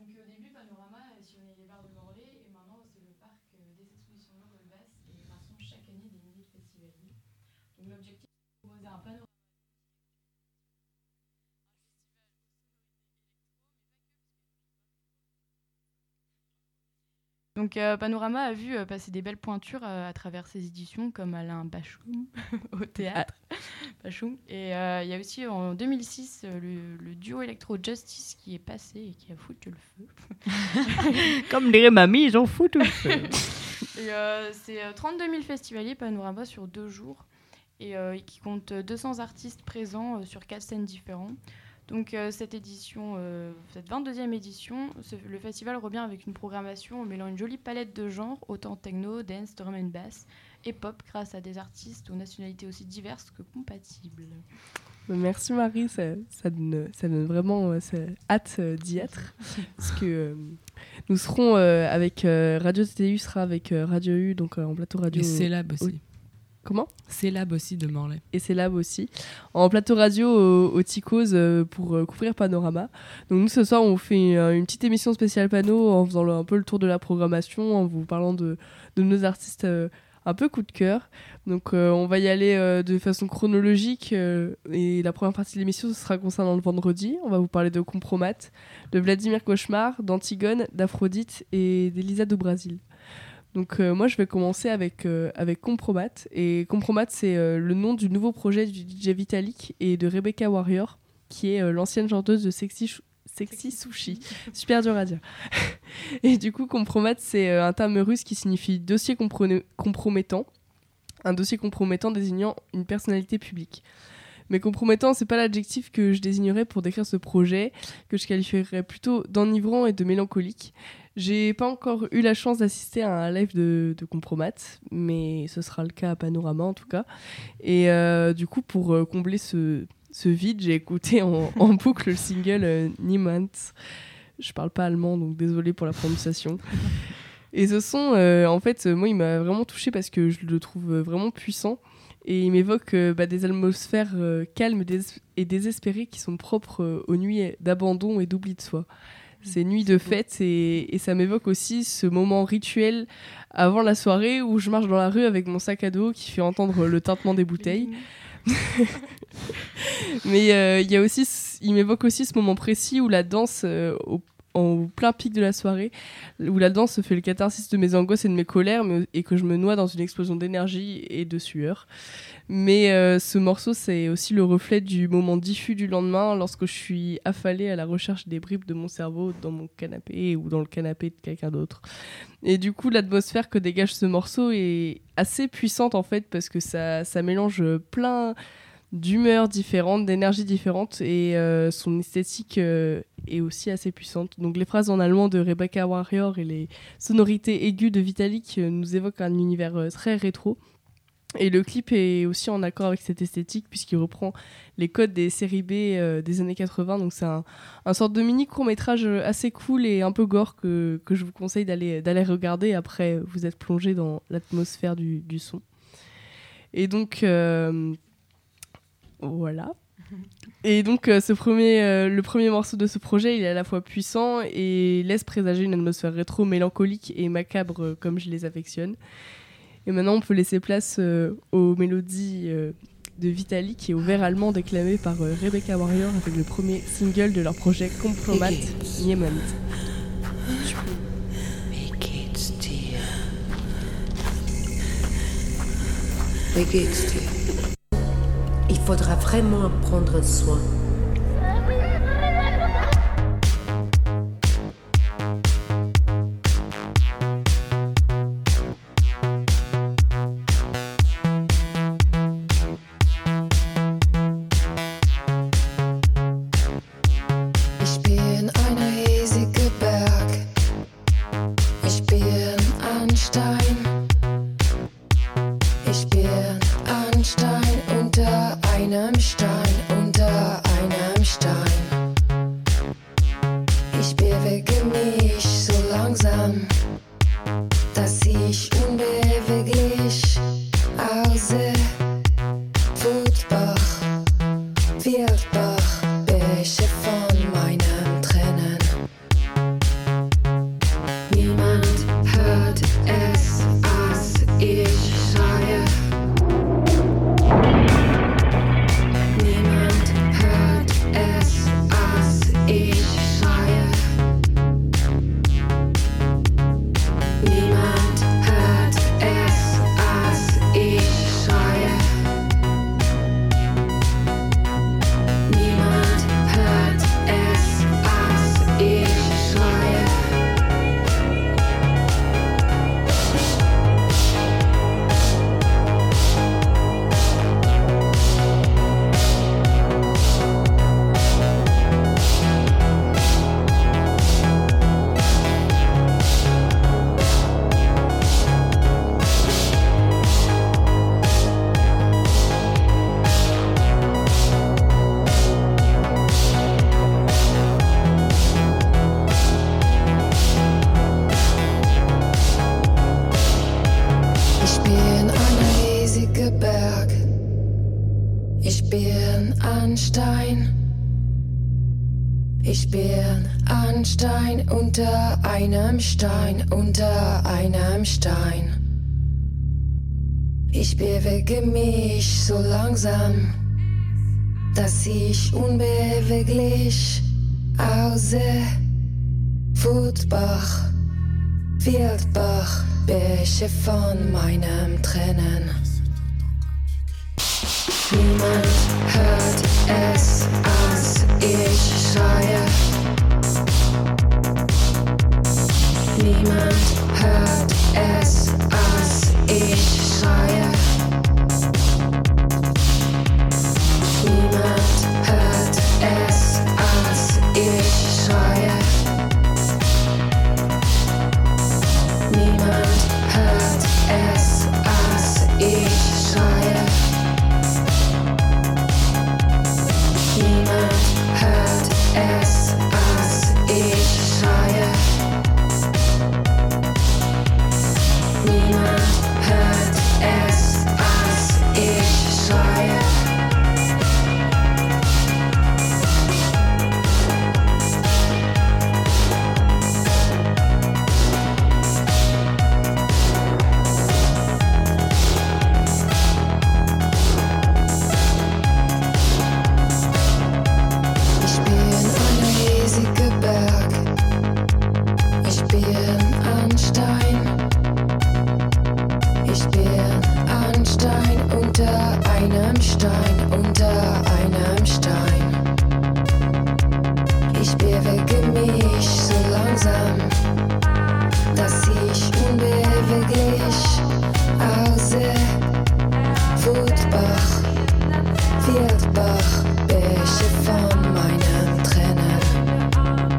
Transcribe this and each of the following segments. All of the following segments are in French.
Donc au début, Panorama sillonnait les bars de Morlaix et maintenant c'est le parc des expositions Localbass et rassemble chaque année des milliers de festivaliers. Donc l'objectif c'est de proposer un panorama. Donc Panorama a vu passer des belles pointures à travers ses éditions comme Alain Bachung au théâtre. Bachung. Et il y a aussi en 2006 le duo Electro Justice qui est passé et qui a foutu le feu. Comme dirait mamie, ils ont foutu le feu. Et c'est 32 000 festivaliers Panorama sur 2 jours et qui compte 200 artistes présents sur 4 scènes différentes. Donc cette 22e édition, le festival revient avec une programmation mêlant une jolie palette de genres, autant techno, dance, drum and bass et pop, grâce à des artistes aux nationalités aussi diverses que compatibles. Merci Marie, ça donne vraiment hâte d'y être. Parce que nous serons avec Radio TTU, sera avec Radio U, donc en plateau radio. Et Célab aussi. Comment ? Célab aussi de Morlaix. Et Célab aussi. En plateau radio au Ticos pour couvrir Panorama. Donc nous ce soir on fait une petite émission spéciale Pano en faisant un peu le tour de la programmation, en vous parlant de nos artistes un peu coup de cœur. Donc on va y aller de façon chronologique et la première partie de l'émission ce sera concernant le vendredi. On va vous parler de Compromat, de Vladimir Cauchemar, d'Antigone, d'Aphrodite et d'Elisa do Brasil. Donc moi je vais commencer avec Compromat. Et Compromat c'est le nom du nouveau projet du DJ Vitalik et de Rebecca Warrior qui est l'ancienne chanteuse de Sexy Sushi. Super dur à dire. Et du coup Compromat c'est un terme russe qui signifie dossier compromettant. Un dossier compromettant désignant une personnalité publique. Mais compromettant, c'est pas l'adjectif que je désignerais pour décrire ce projet, que je qualifierais plutôt d'enivrant et de mélancolique. J'ai pas encore eu la chance d'assister à un live de Compromat, mais ce sera le cas à Panorama en tout cas. Et du coup, pour combler ce vide, j'ai écouté en boucle le single Niemand. Je parle pas allemand, donc désolée pour la prononciation. Et ce son, en fait, moi, il m'a vraiment touchée parce que je le trouve vraiment puissant. Et il m'évoque des atmosphères calmes et désespérées qui sont propres aux nuits d'abandon et d'oubli de soi. Ces nuits de fête et ça m'évoque aussi ce moment rituel avant la soirée où je marche dans la rue avec mon sac à dos qui fait entendre le tintement des bouteilles. Mais il m'évoque aussi ce moment précis où la danse au plein pic de la soirée, où la danse fait le catharsis de mes angoisses et de mes colères, et que je me noie dans une explosion d'énergie et de sueur. Mais ce morceau, c'est aussi le reflet du moment diffus du lendemain, lorsque je suis affalée à la recherche des bribes de mon cerveau dans mon canapé ou dans le canapé de quelqu'un d'autre. Et du coup, l'atmosphère que dégage ce morceau est assez puissante, en fait, parce que ça mélange plein d'humeurs différentes, d'énergies différentes, et son esthétique est aussi assez puissante. Donc les phrases en allemand de Rebecca Warrior et les sonorités aiguës de Vitalik nous évoquent un univers très rétro. Et le clip est aussi en accord avec cette esthétique puisqu'il reprend les codes des séries B des années 80. Donc c'est un sorte de mini court-métrage assez cool et un peu gore que je vous conseille d'aller regarder. Après, vous êtes plongé dans l'atmosphère du son. Et donc... voilà. Et donc le premier morceau de ce projet, il est à la fois puissant et laisse présager une atmosphère rétro mélancolique et macabre comme je les affectionne. Et maintenant on peut laisser place aux mélodies de Vitalik et aux vers allemands déclamés par Rebecca Warrior avec le premier single de leur projet Compromat, Niemand. Wie geht's dir? Il faudra vraiment prendre soin. Ich bin ein riesiger Berg. Ich bin ein Stein. Ich bin ein Stein unter einem Stein unter einem Ich bin ein Stein unter einem Stein, unter einem Stein. Ich bewege mich so langsam, dass ich unbeweglich aussehe. Wutbach, Wildbach, Bäche von meinem Tränen. Niemand hört es, als ich schreie. Niemand hört es, als ich schreie. Niemand hört es, als ich schreie. Niemand hört es, als ich schreie. Niemand hört es, als ich schreie. Niemand hört es, als ich schreie. Ich bin ein riesiger Berg. Ich bin ein Stein. Ich bin ein Stein unter einem Stein, unter einem Stein. Ich bewege mich so langsam, dass ich unbeweglich aussehe. Wutbach, Wildbach, Bäche von meinen Tränen.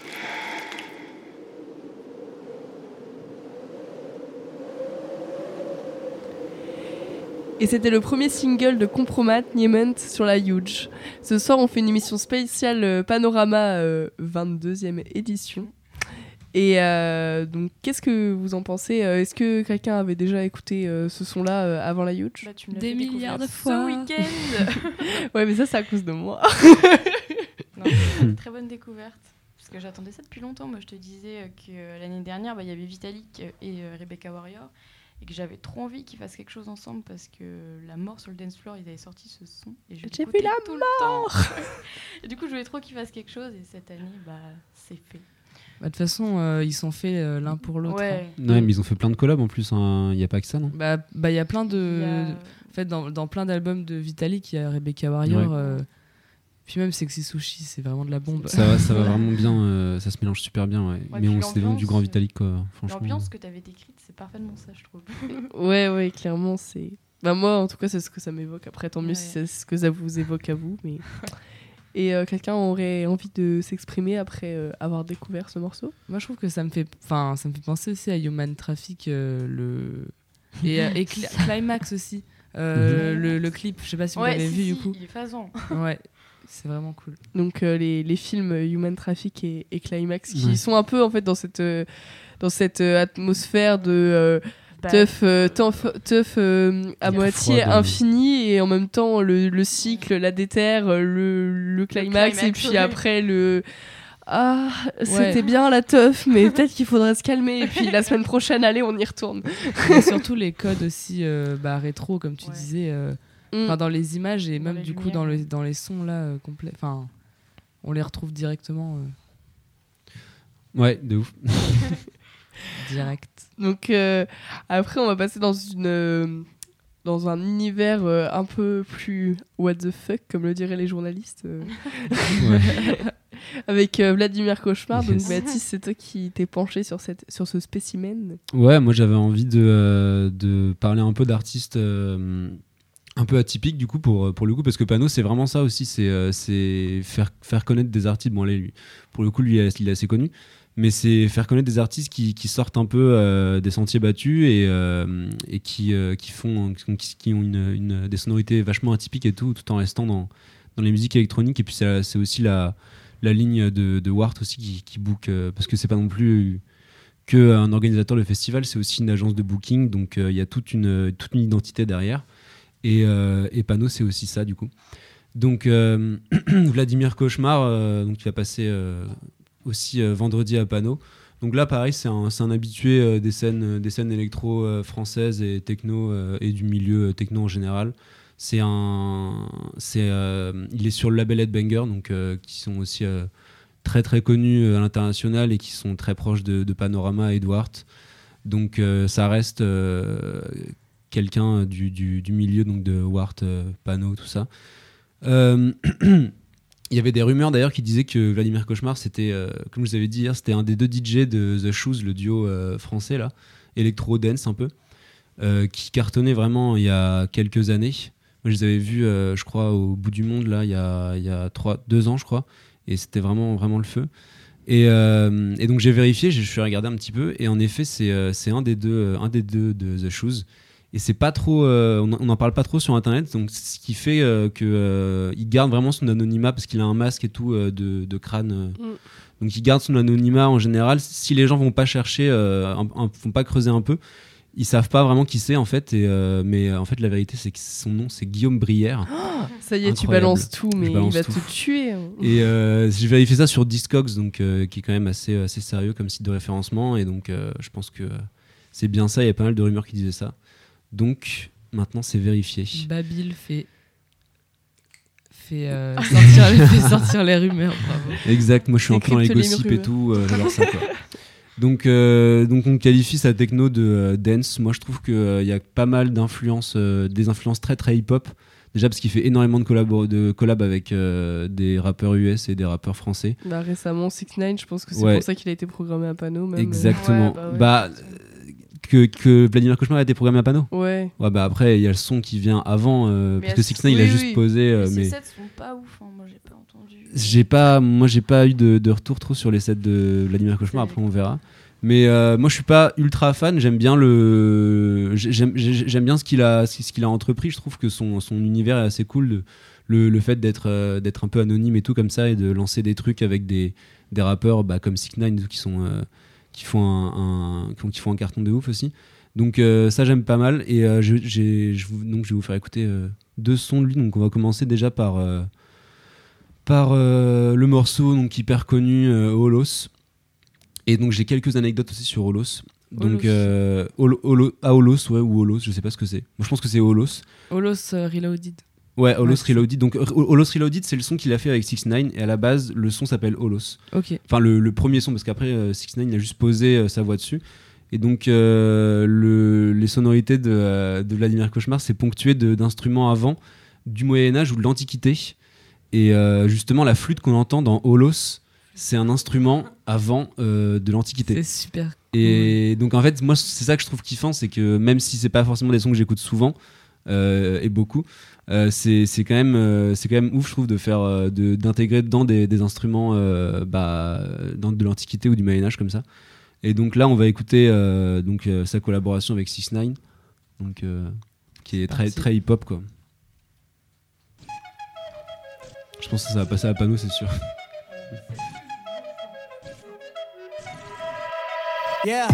Et c'était le premier single de Compromat, Niemand, sur la Huge. Ce soir, on fait une émission spéciale Panorama 22e édition. Et donc, qu'est-ce que vous en pensez ? Est-ce que quelqu'un avait déjà écouté ce son-là avant la Huge ? Bah, tu me l'as Des fait milliards découvrir de fois. ce week-end. Ouais, mais ça, c'est à cause de moi. Non, c'est une très bonne découverte. Parce que j'attendais ça depuis longtemps. Moi, je te disais que l'année dernière, il y avait Vitalik et Rebecca Warrior. Et que j'avais trop envie qu'ils fassent quelque chose ensemble parce que La Mort sur le dance floor, ils avaient sorti ce son. Et je J'ai l'écoutais vu La tout le temps. Et du coup, je voulais trop qu'ils fassent quelque chose. Et cette année, bah, c'est fait. Bah, de toute façon, ils sont faits l'un pour l'autre. Ouais. Hein. Ouais, mais ils ont fait plein de collabs en plus, il n'y a pas que ça, non ? Bah, y a plein de. Il y a- En fait, dans plein d'albums de Vitalik, il y a Rebecca Warrior. Ouais. Puis même Sexy Sushi, c'est vraiment de la bombe. Ça va vraiment bien, ça se mélange super bien, ouais. Ouais, Mais puis c'est vraiment du grand Vitalik, quoi, franchement. L'ambiance que tu avais décrite, c'est parfaitement ça, je trouve. Ouais, clairement, c'est... Bah moi, en tout cas, c'est ce que ça m'évoque. Après, tant mieux Ouais. si c'est ce que ça vous évoque à vous. Mais... Et quelqu'un aurait envie de s'exprimer après avoir découvert ce morceau ? Moi, je trouve que ça me fait penser aussi à Human Traffic, et Climax aussi. Le clip, je sais pas si vous l'avez vu du coup. Il est phasant. Ouais, c'est vraiment cool. Donc les films Human Traffic et Climax qui Ouais. sont un peu en fait dans cette atmosphère de teuf à moitié froide, infinie et en même temps le cycle, la déterre, le climax et puis après le c'était bien la teuf mais peut-être qu'il faudrait se calmer et puis la semaine prochaine allez on y retourne. Et surtout les codes aussi rétro comme tu Ouais. disais dans les images et Dans même la du coup lumière. dans les sons là complets, enfin on les retrouve directement Ouais, de ouf. direct. Donc après on va passer dans un univers un peu plus what the fuck comme le diraient les journalistes Ouais. avec Vladimir Cauchemar. Donc Yes. Baptiste, c'est toi qui t'es penché sur ce spécimen. Ouais, moi j'avais envie de parler un peu d'artistes un peu atypiques du coup pour le coup, parce que Pano c'est vraiment ça aussi, c'est faire connaître des artistes. Bon, allez, lui, pour le coup lui il est assez connu, mais c'est faire connaître des artistes qui sortent un peu des sentiers battus et qui ont des sonorités vachement atypiques et tout en restant dans les musiques électroniques. Et puis c'est aussi la ligne de Wart aussi qui book, parce que c'est pas non plus qu'un organisateur de festival, c'est aussi une agence de booking, donc il y a toute une identité derrière. Et Pano c'est aussi ça du coup. Donc Vladimir Cauchemar, donc, qui va passer aussi vendredi à Panneau. Donc là, pareil, c'est un habitué des scènes électro françaises et techno et du milieu techno en général. Il est sur le label Headbanger, donc qui sont aussi très très connus à l'international et qui sont très proches de Panorama et Edward. Donc ça reste quelqu'un du milieu, donc de Wart, Pano, tout ça. Il y avait des rumeurs d'ailleurs qui disaient que Vladimir Cauchemar, c'était, comme je vous avais dit hier, c'était un des 2 DJ de The Shoes, le duo français là, électro-dance un peu, qui cartonnait vraiment il y a quelques années. Moi je les avais vus, je crois, au bout du monde là, il y a 2 ans je crois, et c'était vraiment, vraiment le feu. Et donc j'ai vérifié, je suis regardé un petit peu, et en effet c'est un des deux de The Shoes. Et c'est pas trop, on n'en parle pas trop sur internet, donc ce qui fait qu'il garde vraiment son anonymat parce qu'il a un masque et tout de crâne. Donc il garde son anonymat en général. Si les gens vont pas chercher, vont pas creuser un peu, ils savent pas vraiment qui c'est en fait. Mais en fait la vérité c'est que son nom c'est Guillaume Brière. Oh, ça y est, Incroyable. tu balances tout, mais il va tout. te tuer. Et j'ai vérifié ça sur Discogs, donc qui est quand même assez sérieux comme site de référencement. Et donc je pense que c'est bien ça. Il y a pas mal de rumeurs qui disaient ça. Donc, maintenant, c'est vérifié. Babil fait sortir les rumeurs. Bravo. Exact, moi je suis un peu dans les gossips et tout, j'adore ça quoi. Donc on qualifie sa techno de dance. Moi je trouve qu'il y a pas mal d'influences, des influences très très hip-hop. Déjà parce qu'il fait énormément de collab avec des rappeurs US et des rappeurs français. Bah, récemment, 6ix9ine, je pense que c'est pour ça qu'il a été programmé à Panneau. Même. Exactement. Que Vladimir Cauchemar a été programmé à Panneau. Ouais. Bah après il y a le son qui vient avant parce que 6ix9ine il a juste posé. Mais ces sets sont pas ouf, hein. Moi j'ai pas entendu. J'ai pas eu de retour trop sur les sets de Vladimir Cauchemar. Après on verra. Mais moi je suis pas ultra fan. J'aime bien j'aime bien ce qu'il a entrepris. Je trouve que son univers est assez cool. Le fait d'être un peu anonyme et tout comme ça et de lancer des trucs avec des rappeurs comme 6ix9ine qui font un carton de ouf aussi. Donc ça j'aime pas mal et je vais vous faire écouter 2 sons de lui. Donc on va commencer déjà par le morceau donc hyper connu Holos. Et donc j'ai quelques anecdotes aussi sur Holos. Donc Holos ouais, ou Holos, je sais pas ce que c'est. Moi je pense que c'est Holos. Holos Reloaded. Ouais, Holos Reloaded. Donc Holos Reloaded, c'est le son qu'il a fait avec 6ix9ine et à la base le son s'appelle Holos. Ok. Enfin le premier son parce qu'après 6ix9ine il a juste posé sa voix dessus. Et donc les sonorités de Vladimir Cauchemar c'est ponctué d'instruments avant du Moyen-Âge ou de l'Antiquité. Et justement la flûte qu'on entend dans Holos, c'est un instrument avant de l'Antiquité. C'est super. Et donc en fait moi c'est ça que je trouve kiffant, c'est que même si c'est pas forcément des sons que j'écoute souvent et beaucoup, c'est quand même ouf je trouve de faire d'intégrer dedans des instruments de l'Antiquité ou du Moyen-Âge comme ça. Et donc là on va écouter sa collaboration avec 6ix9ine donc qui est très très hip-hop quoi. Je pense que ça va passer à Panneau, c'est sûr. Yeah.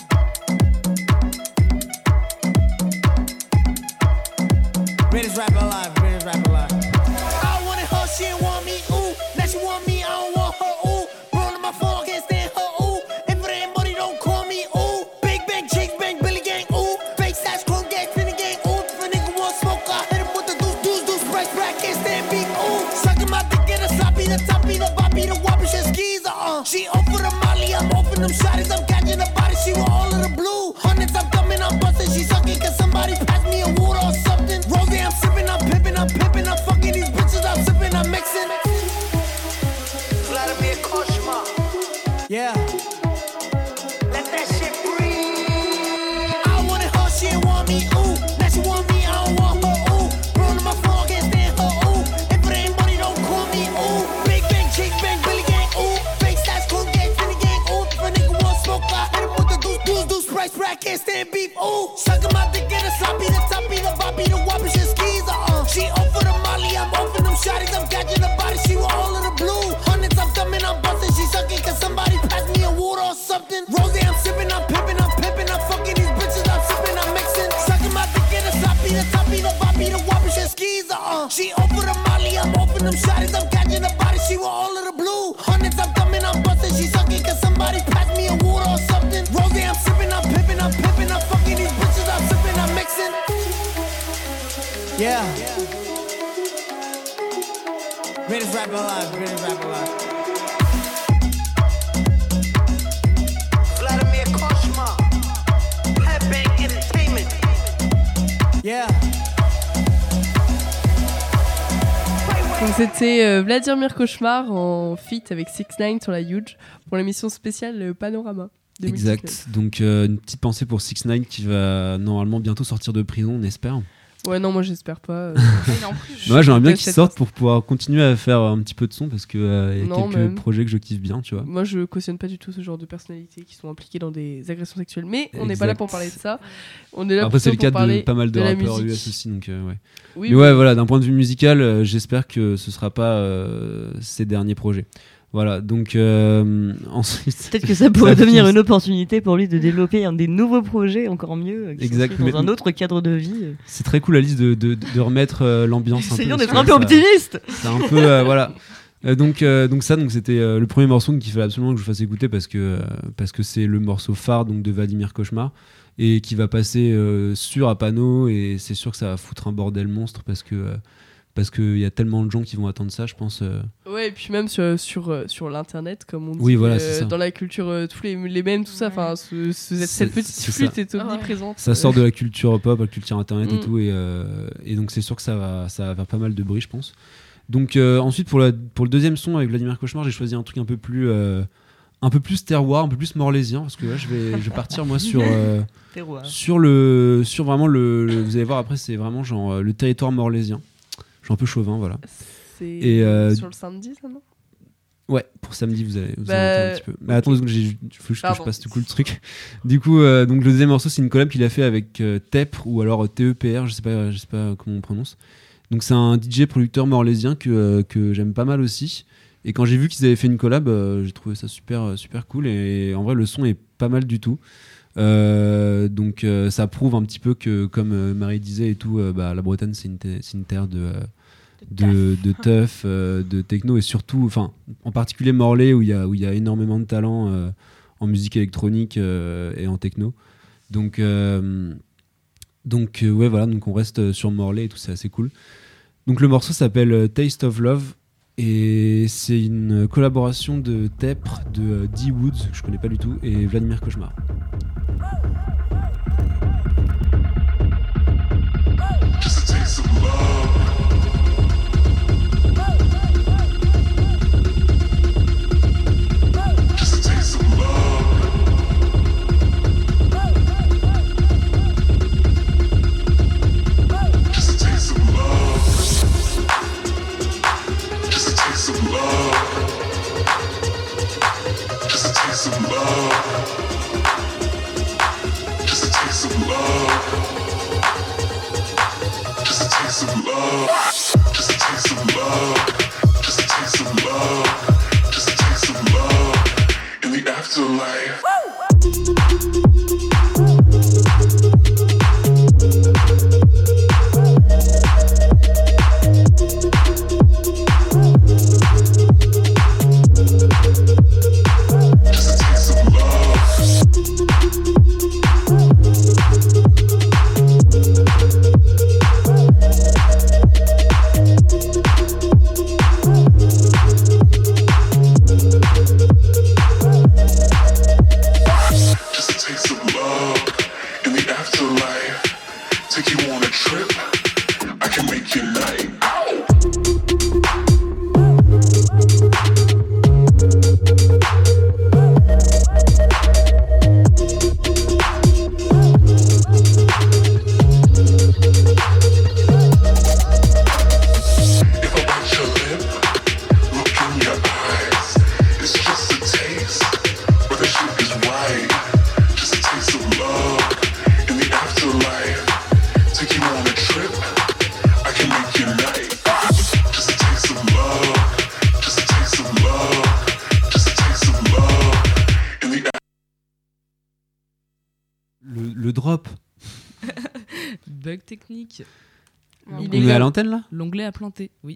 Greatest rapper alive, greatest rapper alive. I wanted her, she didn't want me, ooh. Now she want me, I don't want her, ooh. Blowing my phone, I can't stand her, ooh. If it ain't money, don't call me, ooh. Big bang, chicks bang, Billy gang, ooh. Fake sash, chrome gang, finna gang, ooh. If a nigga want smoke, I hit him with the deuce, price, I can't stand beat, ooh. Sucking my dick, get a sloppy, the toppy, the boppy, the whoppy, shit skis, She over the molly, I'm open them shotties, I'm catching the body, she want all of the blue. Hundreds, I'm coming, I'm busting, she sucking, cause somebody pass me a water or something. Rose, I'm sipping, I'm pimping, I'm fucking these bitches, I'm sipping, I'm mixing. Vladimir Cauchemar. Yeah. Let that shit breathe. I wanted her, she didn't want me, ooh. Now she want me, I don't want her, ooh. Blowing my phone, I can't stand her, ooh. If it ain't money, don't call me, ooh. Big bang, chick bang, Billy gang, ooh. Fake stats, cool gang, finna gang, ooh. If a nigga want smoke, I hit him with the deuce, price, I can't stand beef, ooh. Sucking my dick, get a sloppy, the toppy, the boppy, the whoppy, shit skis, She over the molly, I'm open them shotties, I'm catching the body, she want all of the blue. Hundreds, I'm coming, I'm busting, she sucking, cause somebody pass me a water or something. Rose, I'm sipping, I'm pimping, I'm fucking these bitches, I'm sipping, I'm mixing. Sucking my dick, get a sloppy, the toppy, the boppy, the whoppy, shit skis, She over the molly, I'm them shotties, I'm catching the body, she want all of the blue. Hundreds, I'm coming, I'm busting, she sucking, cause somebody pass me a water or something. Rosé, I'm sipping, I'm pipping, I'm pipping, I'm fucking these bitches, I'm sipping, I'm mixing. Yeah. Greatest rapper alive, greatest rapper alive. Vladimir Koshma, Headbang Entertainment. Yeah. Donc c'était Vladimir Cauchemar en feat avec 6ix9ine sur la Huge pour l'émission spéciale Panorama. 2019. Exact. Donc une petite pensée pour 6ix9ine qui va normalement bientôt sortir de prison, on espère. Ouais, non, moi j'espère pas. Moi j'aimerais bien qu'il sorte pour pouvoir continuer à faire un petit peu de son parce que y a quelques même. projets que je kiffe bien, tu vois. Moi je cautionne pas du tout ce genre de personnalités qui sont impliquées dans des agressions sexuelles, mais on n'est pas là pour parler de ça. On est là Après c'est le pour cas de pas mal de la rappeurs musique. US aussi, donc ouais. Oui, mais ouais, voilà, d'un point de vue musical, j'espère que ce sera pas ses derniers projets. Voilà, donc ensuite... Peut-être que ça pourrait devenir une opportunité pour lui de développer des nouveaux projets encore mieux, qui exact, dans un autre cadre de vie. C'est très cool, Alice, de remettre l'ambiance un peu. Essayons d'être un peu optimiste. C'est un peu... voilà. Donc c'était le premier morceau qu'il fallait absolument que je vous fasse écouter parce que c'est le morceau phare donc, de Vladimir Cauchemar et qui va passer sur Apano et c'est sûr que ça va foutre un bordel monstre parce qu'il y a tellement de gens qui vont attendre ça, je pense. Ouais, et puis même sur l'internet, comme on dit, oui, voilà, c'est ça. dans la culture, tous les mèmes, tout ça, enfin, cette petite flûte est omniprésente. Ça sort de la culture pop, la culture internet et tout, et donc c'est sûr que ça va faire pas mal de bruit, je pense. Donc ensuite, pour le deuxième son avec Vladimir Cauchemar, j'ai choisi un truc un peu plus terroir, un peu plus morlaisien, parce que là, je vais partir moi sur vraiment vous allez voir après, c'est vraiment genre le territoire morlaisien. Je suis un peu chauvin, voilà. C'est sur le samedi, ça, non ? Ouais, pour samedi, vous allez entendre un petit peu. Mais attends, il faut que je passe tout coup le truc. Du coup, donc le deuxième morceau, c'est une collab qu'il a fait avec Tepr, ou alors TEPR, je sais pas comment on prononce. Donc c'est un DJ producteur morlaisien que j'aime pas mal aussi. Et quand j'ai vu qu'ils avaient fait une collab, j'ai trouvé ça super cool. Et en vrai, le son est pas mal du tout. Donc ça prouve un petit peu que, comme Marie disait et tout, la Bretagne c'est une terre de teuf, de techno et surtout, en particulier Morlaix où il y a énormément de talent en musique électronique et en techno. Donc ouais, voilà, donc on reste sur Morlaix et tout, c'est assez cool. Donc le morceau s'appelle Taste of Love. Et c'est une collaboration de Tepr, de D Woods, que je connais pas du tout, et Vladimir Cauchemar. Just a taste of love. Just a taste of love. Just a taste of love. Just a taste of love. Just a taste of love. Just a taste of love. Just a taste of love. Just a taste of love. Just a taste of love. Just a taste of love in the afterlife. Le drop. Bug technique. On est à l'antenne là ? L'onglet a planté, oui.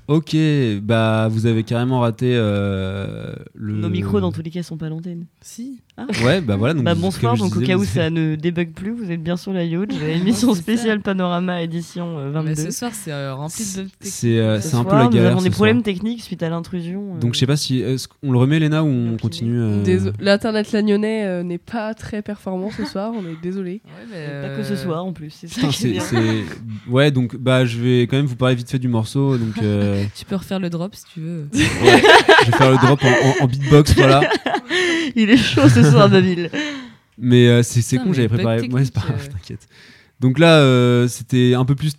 Ok, bah vous avez carrément raté Nos micros, dans tous les cas, sont pas à l'antenne. Si. Ah. Ouais, bah voilà. Donc, bonsoir, comme je donc au disais, cas où vous- ça ne débug plus, vous êtes bien sur la Yacht. J'ai l'émission c'est spéciale Panorama édition 22. Mais ce soir, c'est rempli de bugs techniques. C'est Ce c'est un peu soir, la galère. Nous avons ce des soir. problèmes techniques suite à l'intrusion. Donc je sais pas si on le remet Léna ou on L'opiné. continue. L'internet lagnonnais n'est pas très performant ce soir, on est désolé. Ouais, mais, Pas que ce soir en plus. C'est ça Putain, qui est bien. Ouais, donc bah je vais quand même vous parler vite fait du morceau. Donc Tu peux refaire le drop si tu veux. ouais, je vais faire le drop en beatbox, voilà. Il est chaud ce soir, Nabil. Mais c'est Putain, con, mais j'avais bug préparé. Ouais, c'est pas technique, grave, t'inquiète. Donc là, c'était un peu plus,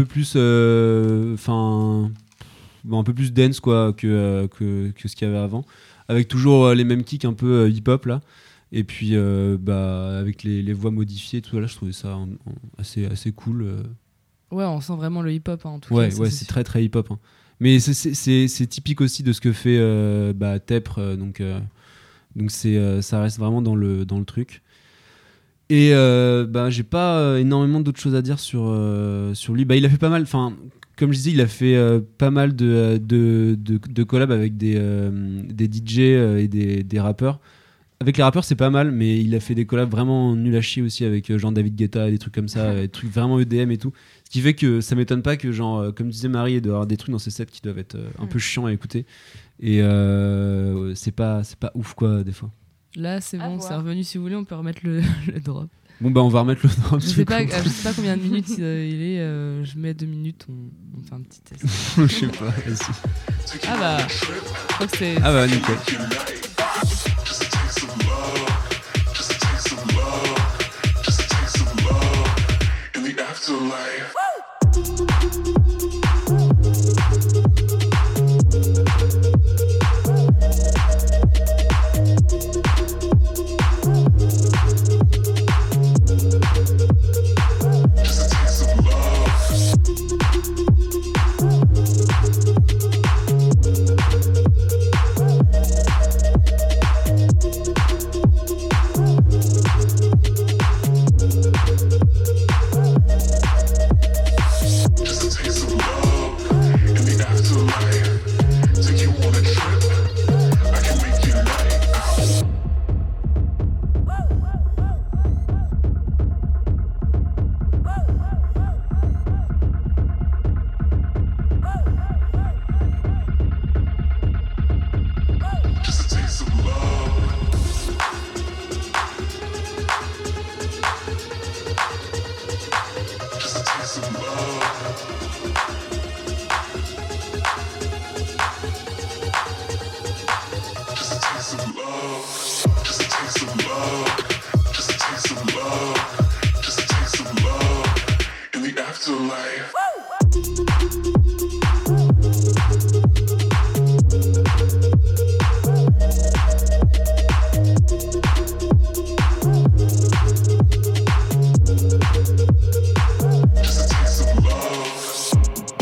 enfin, un peu plus dance quoi que ce qu'il y avait avant, avec toujours les mêmes kicks un peu hip-hop là. Et puis bah avec les voix modifiées, tout ça là, je trouvais ça assez cool. Ouais, on sent vraiment le hip-hop en tout cas. Ouais, ça, ouais, c'est très très hip-hop. Hein. Mais c'est typique aussi de ce que fait Tepr, donc ça reste vraiment dans le truc. Et j'ai pas énormément d'autres choses à dire sur lui. Bah, il a fait pas mal. Enfin, comme je disais, il a fait pas mal de collabs avec des DJ et des rappeurs. Avec les rappeurs, c'est pas mal, mais il a fait des collabs vraiment nuls à chier aussi avec Jean-David Guetta et des trucs comme ça, des trucs vraiment EDM et tout. Ce qui fait que ça m'étonne pas que, genre, comme disait Marie, il doit y avoir des trucs dans ses sets qui doivent être un peu chiants à écouter. Et c'est pas ouf, quoi, des fois. Là, c'est À bon, voir. c'est revenu. Si vous voulez, on peut remettre le drop. Bon, bah, on va remettre le drop. Je sais pas combien de minutes il est. Je mets 2 minutes, on fait un petit test. Je sais pas. Vas-y. Ah bah, je crois que c'est. Ah bah, nickel. In the afterlife. Just a taste of love. Just a taste of love in the afterlife. Take you on a trip. I can make you light. Just a taste of love. Just a taste of love. Just a taste of love. Just a taste of love. Just a taste of love. Just a taste of love in the afterlife. Just a taste of love.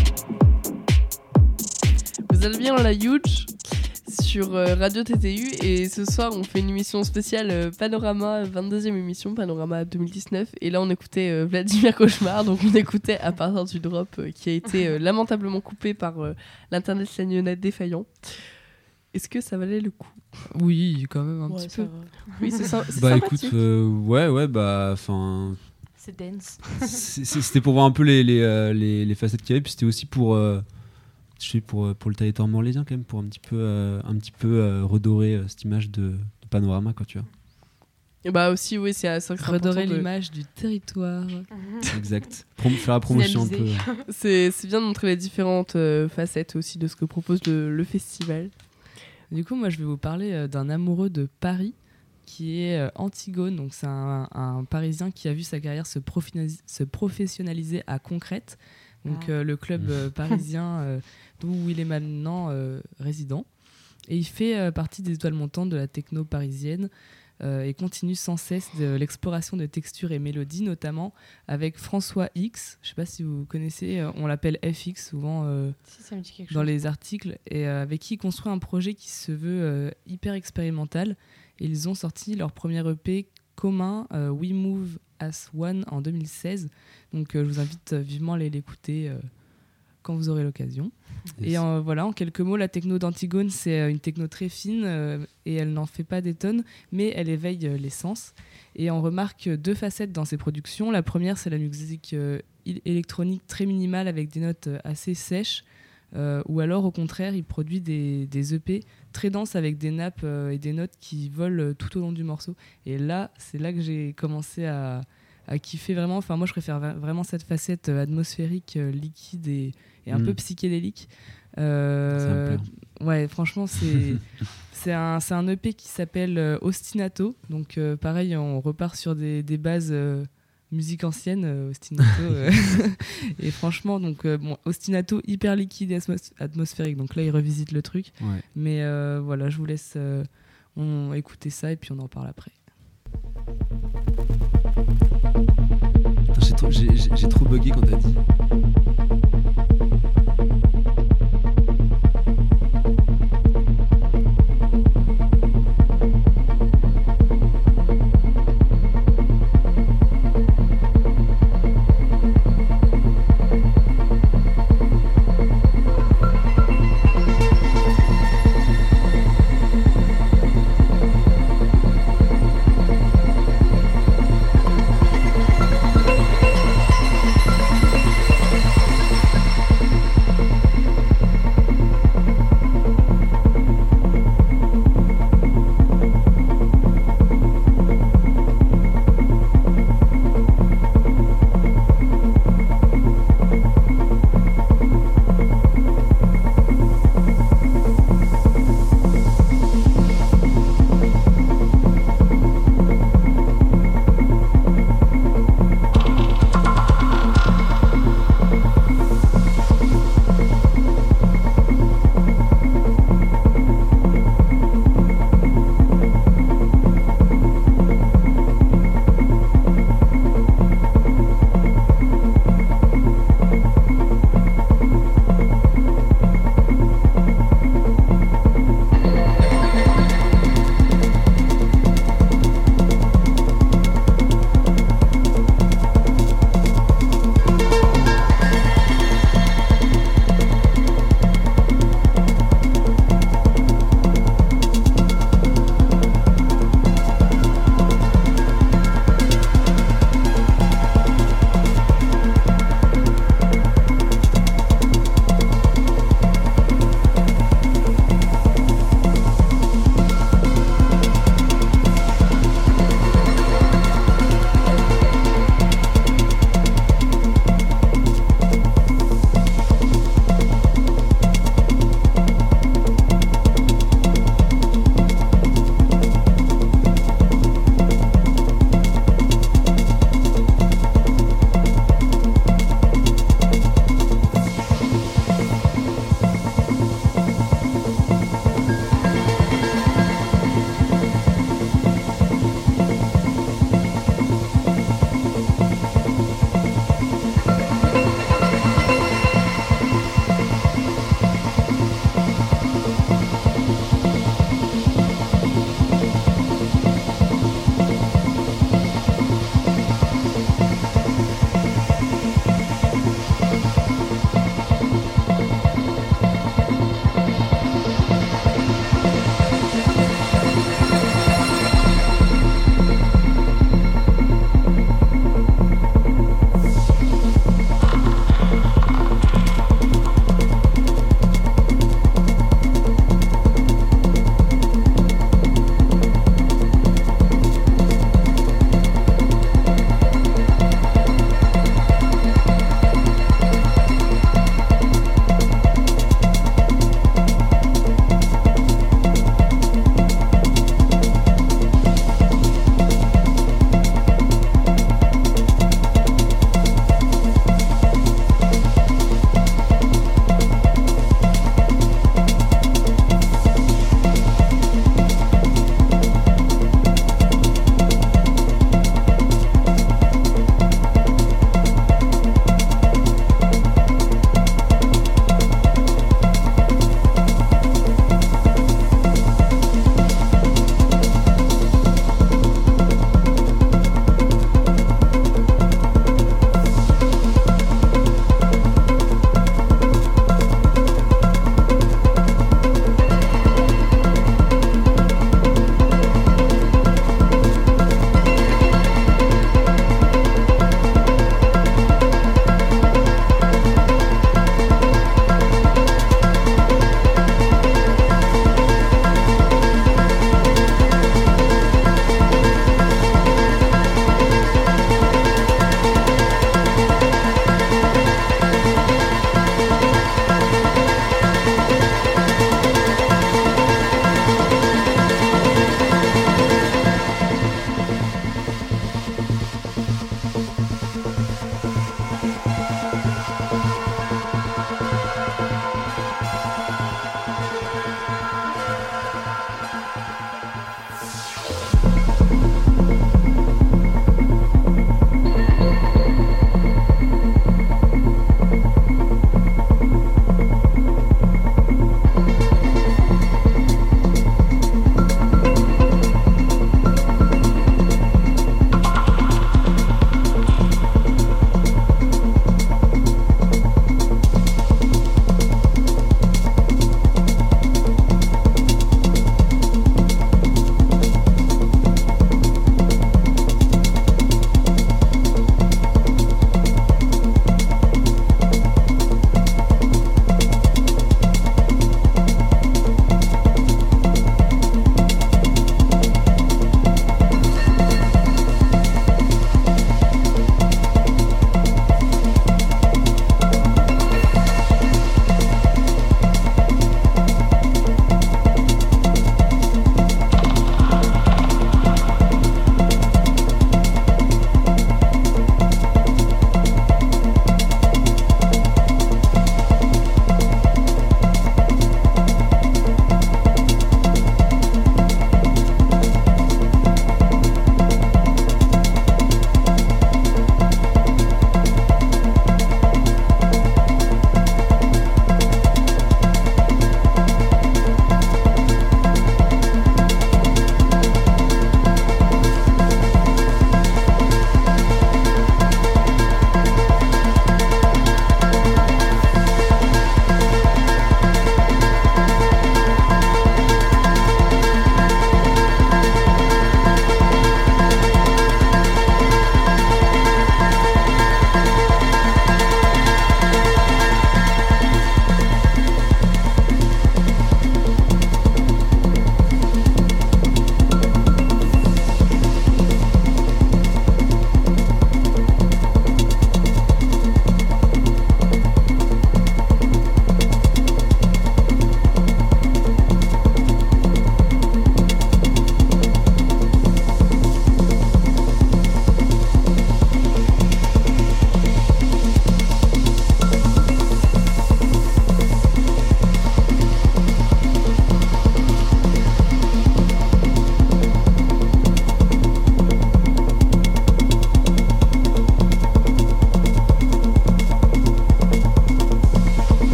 Vous allez bien la Huge sur Radio TTU et ce soir on fait une émission spéciale Panorama, 22e émission Panorama 2019 et là on écoutait Vladimir Cauchemar, donc on écoutait à partir du drop qui a été lamentablement coupé par l'internet lagnonnais défaillant. Est-ce que ça valait le coup? Oui, quand même un petit peu. Oui, c'est Bah, sympathique. écoute, ouais, bah, enfin. C'est dance. C'était pour voir un peu les facettes qu'il y avait, puis c'était aussi pour le territoire morlaisien quand même, pour un petit peu redorer cette image de panorama, quoi, tu vois. Et bah aussi oui, c'est ça que c'est Redorer important de- l'image du territoire. Exact. Faire la promotion un peu. Dynamiser. c'est bien de montrer les différentes facettes aussi de ce que propose le festival. Du coup, moi, je vais vous parler d'un amoureux de Paris qui est Antigone. Donc, c'est un Parisien qui a vu sa carrière se professionnaliser à Concrète, donc le club parisien d'où il est maintenant résident. Et il fait partie des étoiles montantes de la techno parisienne et continue sans cesse de l'exploration de textures et mélodies, notamment avec François X. Je ne sais pas si vous connaissez, on l'appelle FX souvent. Si, ça me dit quelque Dans chose. les articles, et avec qui il construit un projet qui se veut hyper expérimental. Et ils ont sorti leur premier EP commun, We Move as One, en 2016. Donc je vous invite vivement à aller l'écouter quand vous aurez l'occasion. Yes. Et voilà, en quelques mots, la techno d'Antigone, c'est une techno très fine et elle n'en fait pas des tonnes, mais elle éveille les sens. Et on remarque 2 facettes dans ses productions. La première, c'est la musique électronique très minimale avec des notes assez sèches, ou alors au contraire, il produit des EP très denses avec des nappes et des notes qui volent tout au long du morceau. Et là, c'est là que j'ai commencé à kiffer vraiment. Enfin, moi, je préfère vraiment cette facette atmosphérique, liquide et un peu psychédélique. Ouais, franchement, c'est un EP qui s'appelle Ostinato. Donc, pareil, on repart sur des bases musique ancienne, Ostinato. Et franchement, donc, Ostinato hyper liquide et atmosphérique. Donc là, il revisite le truc. Ouais. Mais voilà, je vous laisse écouter ça et puis on en parle après. Putain, j'ai trop bugué quand t'as dit.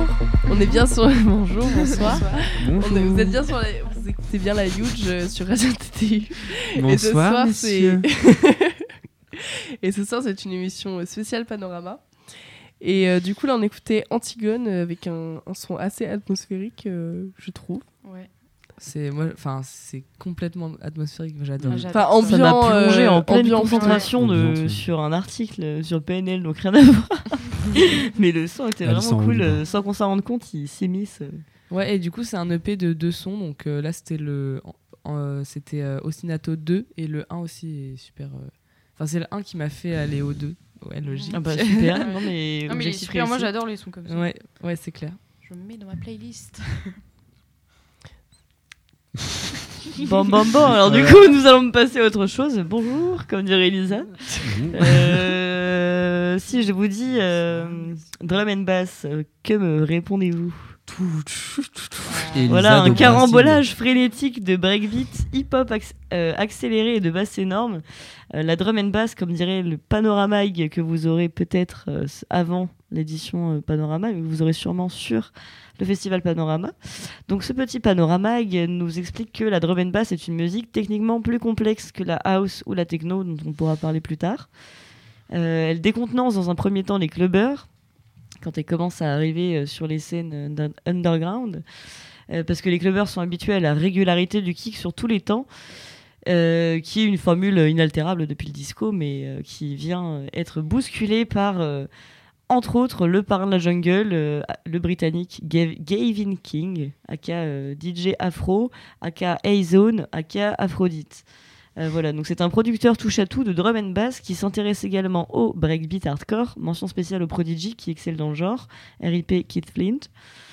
On est bien sur bonjour, bonsoir. Bonjour. Vous êtes bien sur vous écoutez bien la Huge sur Radio TTU. Bonsoir, Et ce soir, messieurs. Et ce soir, c'est une émission spéciale Panorama. Et du coup, là, on écoutait Antigone avec un son assez atmosphérique, je trouve. Ouais. C'est complètement atmosphérique, j'adore. Enfin, Ça m'a plongé en pleine ambiant, concentration ouais. sur un article sur PNL, donc rien à voir. Mais le son était Alice vraiment en cool, Wonderland. sans qu'on s'en rende compte, il s'immisce. Ouais, et du coup, c'est un EP de 2 sons. Donc là, c'était c'était Ostinato 2 et le 1 aussi est super. Enfin, c'est le 1 qui m'a fait aller au 2. Ouais, logique. Ah bah super, non mais, Non, mais il est objectif super. Moi, réussi. j'adore les sons comme ça. Ouais, c'est clair. Je me mets dans ma playlist. Bon, alors du coup, nous allons passer à autre chose. Bonjour, comme dirait Elisa. Si je vous dis drum and bass, que me répondez-vous? Voilà, un carambolage frénétique de breakbeat, hip-hop accéléré et de basse énorme. La drum and bass, comme dirait le Panoramag que vous aurez peut-être avant l'édition Panorama, mais que vous aurez sûrement sur le festival Panorama. Donc ce petit Panoramag nous explique que la drum and bass est une musique techniquement plus complexe que la house ou la techno, dont on pourra parler plus tard. Elle décontenance dans un premier temps les clubbers, quand elle commence à arriver sur les scènes underground, parce que les clubbers sont habitués à la régularité du kick sur tous les temps, qui est une formule inaltérable depuis le disco, mais qui vient être bousculée par, entre autres, le parrain de la jungle, le britannique Gavin King, aka DJ Afro, aka A-Zone, aka Aphrodite. Voilà, donc c'est un producteur touche-à-tout de drum and bass qui s'intéresse également au breakbeat hardcore, mention spéciale au Prodigy qui excelle dans le genre, RIP Keith Flint.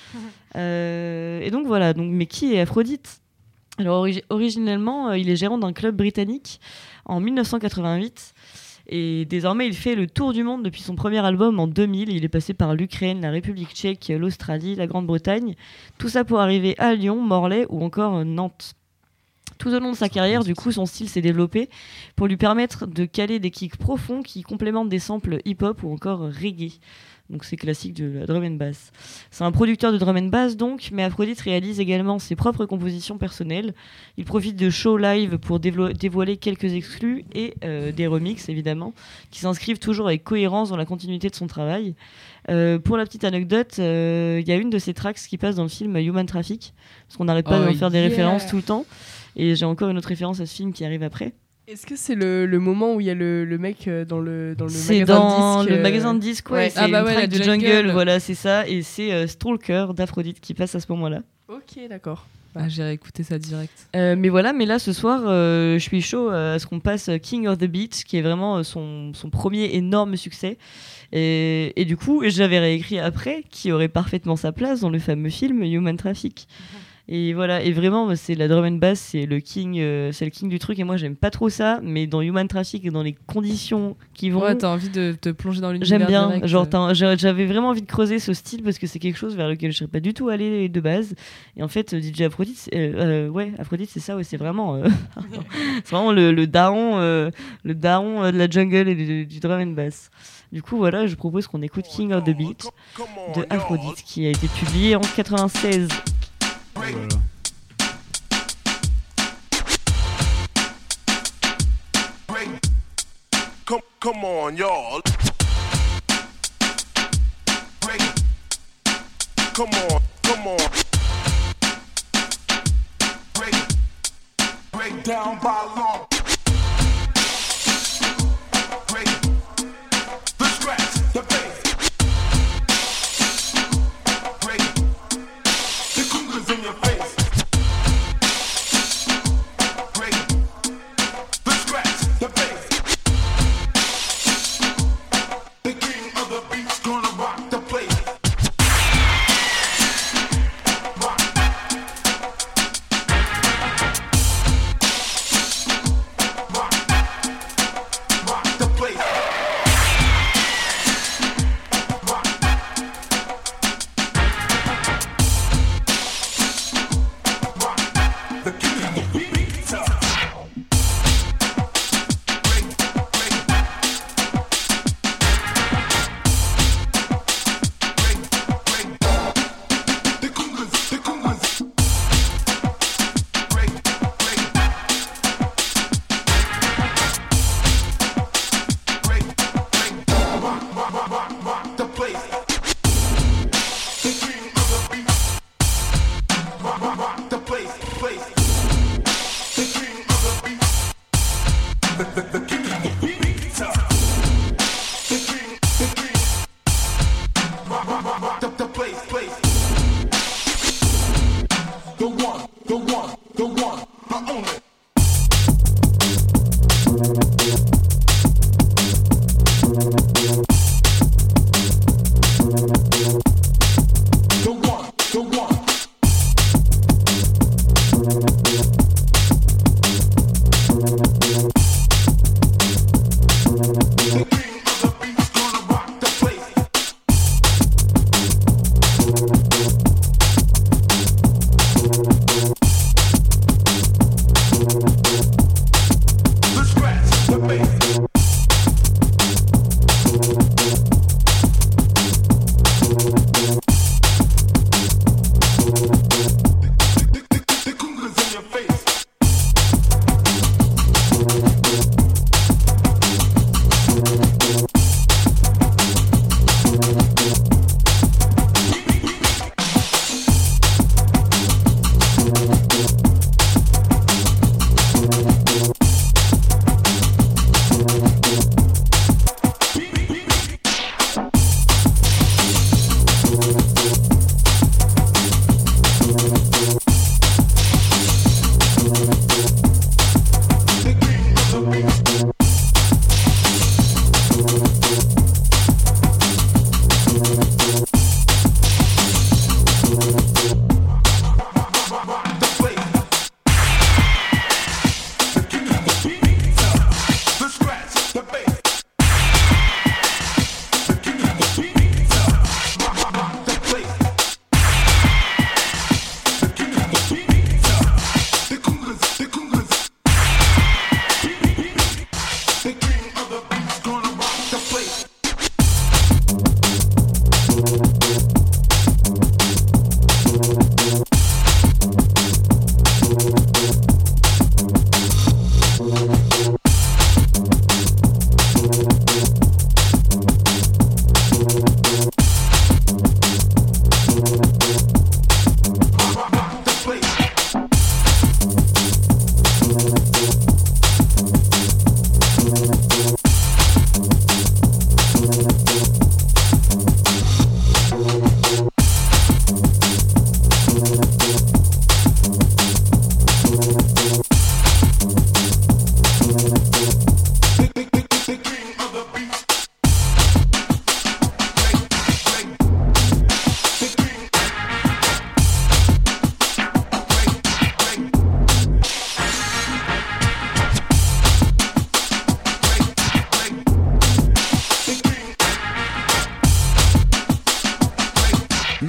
Et donc voilà, mais qui est Aphrodite ? Alors originellement, il est gérant d'un club britannique en 1988 et désormais il fait le tour du monde depuis son premier album en 2000. Il est passé par l'Ukraine, la République tchèque, l'Australie, la Grande-Bretagne, tout ça pour arriver à Lyon, Morlaix ou encore Nantes. Tout au long de sa carrière, du coup, son style s'est développé pour lui permettre de caler des kicks profonds qui complémentent des samples hip-hop ou encore reggae. Donc c'est classique de la drum and bass. C'est un producteur de drum and bass donc, mais Aphrodite réalise également ses propres compositions personnelles. Il profite de shows live pour dévoiler quelques exclus et des remixes évidemment, qui s'inscrivent toujours avec cohérence dans la continuité de son travail. Pour la petite anecdote, il y a une de ses tracks qui passe dans le film Human Traffic, parce qu'on n'arrête pas d'en faire des références tout le temps. Et j'ai encore une autre référence à ce film qui arrive après. Est-ce que c'est le moment où il y a le mec dans le magasin de disques C'est dans le magasin de disques, ouais. C'est une track de jungle, voilà, c'est ça. Et c'est Stalker d'Aphrodite qui passe à ce moment-là. Ok, d'accord. J'ai réécouté ça direct. Mais voilà, mais là ce soir, je suis chaud à ce qu'on passe King of the Beat, qui est vraiment son premier énorme succès. Et du coup, j'avais réécrit après, qui aurait parfaitement sa place dans le fameux film Human Traffic. Et voilà, et vraiment, c'est la drum and bass, c'est le king du truc. Et moi, j'aime pas trop ça, mais dans Human Traffic et dans les conditions qui vont. Ouais, t'as envie de te plonger dans l'univers. J'aime bien, direct. genre j'avais vraiment envie de creuser ce style parce que c'est quelque chose vers lequel je serais pas du tout allée de base. Et en fait, DJ Aphrodite, Aphrodite, c'est ça, ouais, c'est vraiment, c'est vraiment le daron de la jungle et du drum and bass. Du coup, voilà, je propose qu'on écoute King of the Beat de Aphrodite, qui a été publié en 96. Voilà. Come on, y'all. Come on. Break down by law. Break the scratch, the bass. Break the cougars in your face. Break the scratch, the bass. The king of the beat's gonna rock the place. Rock.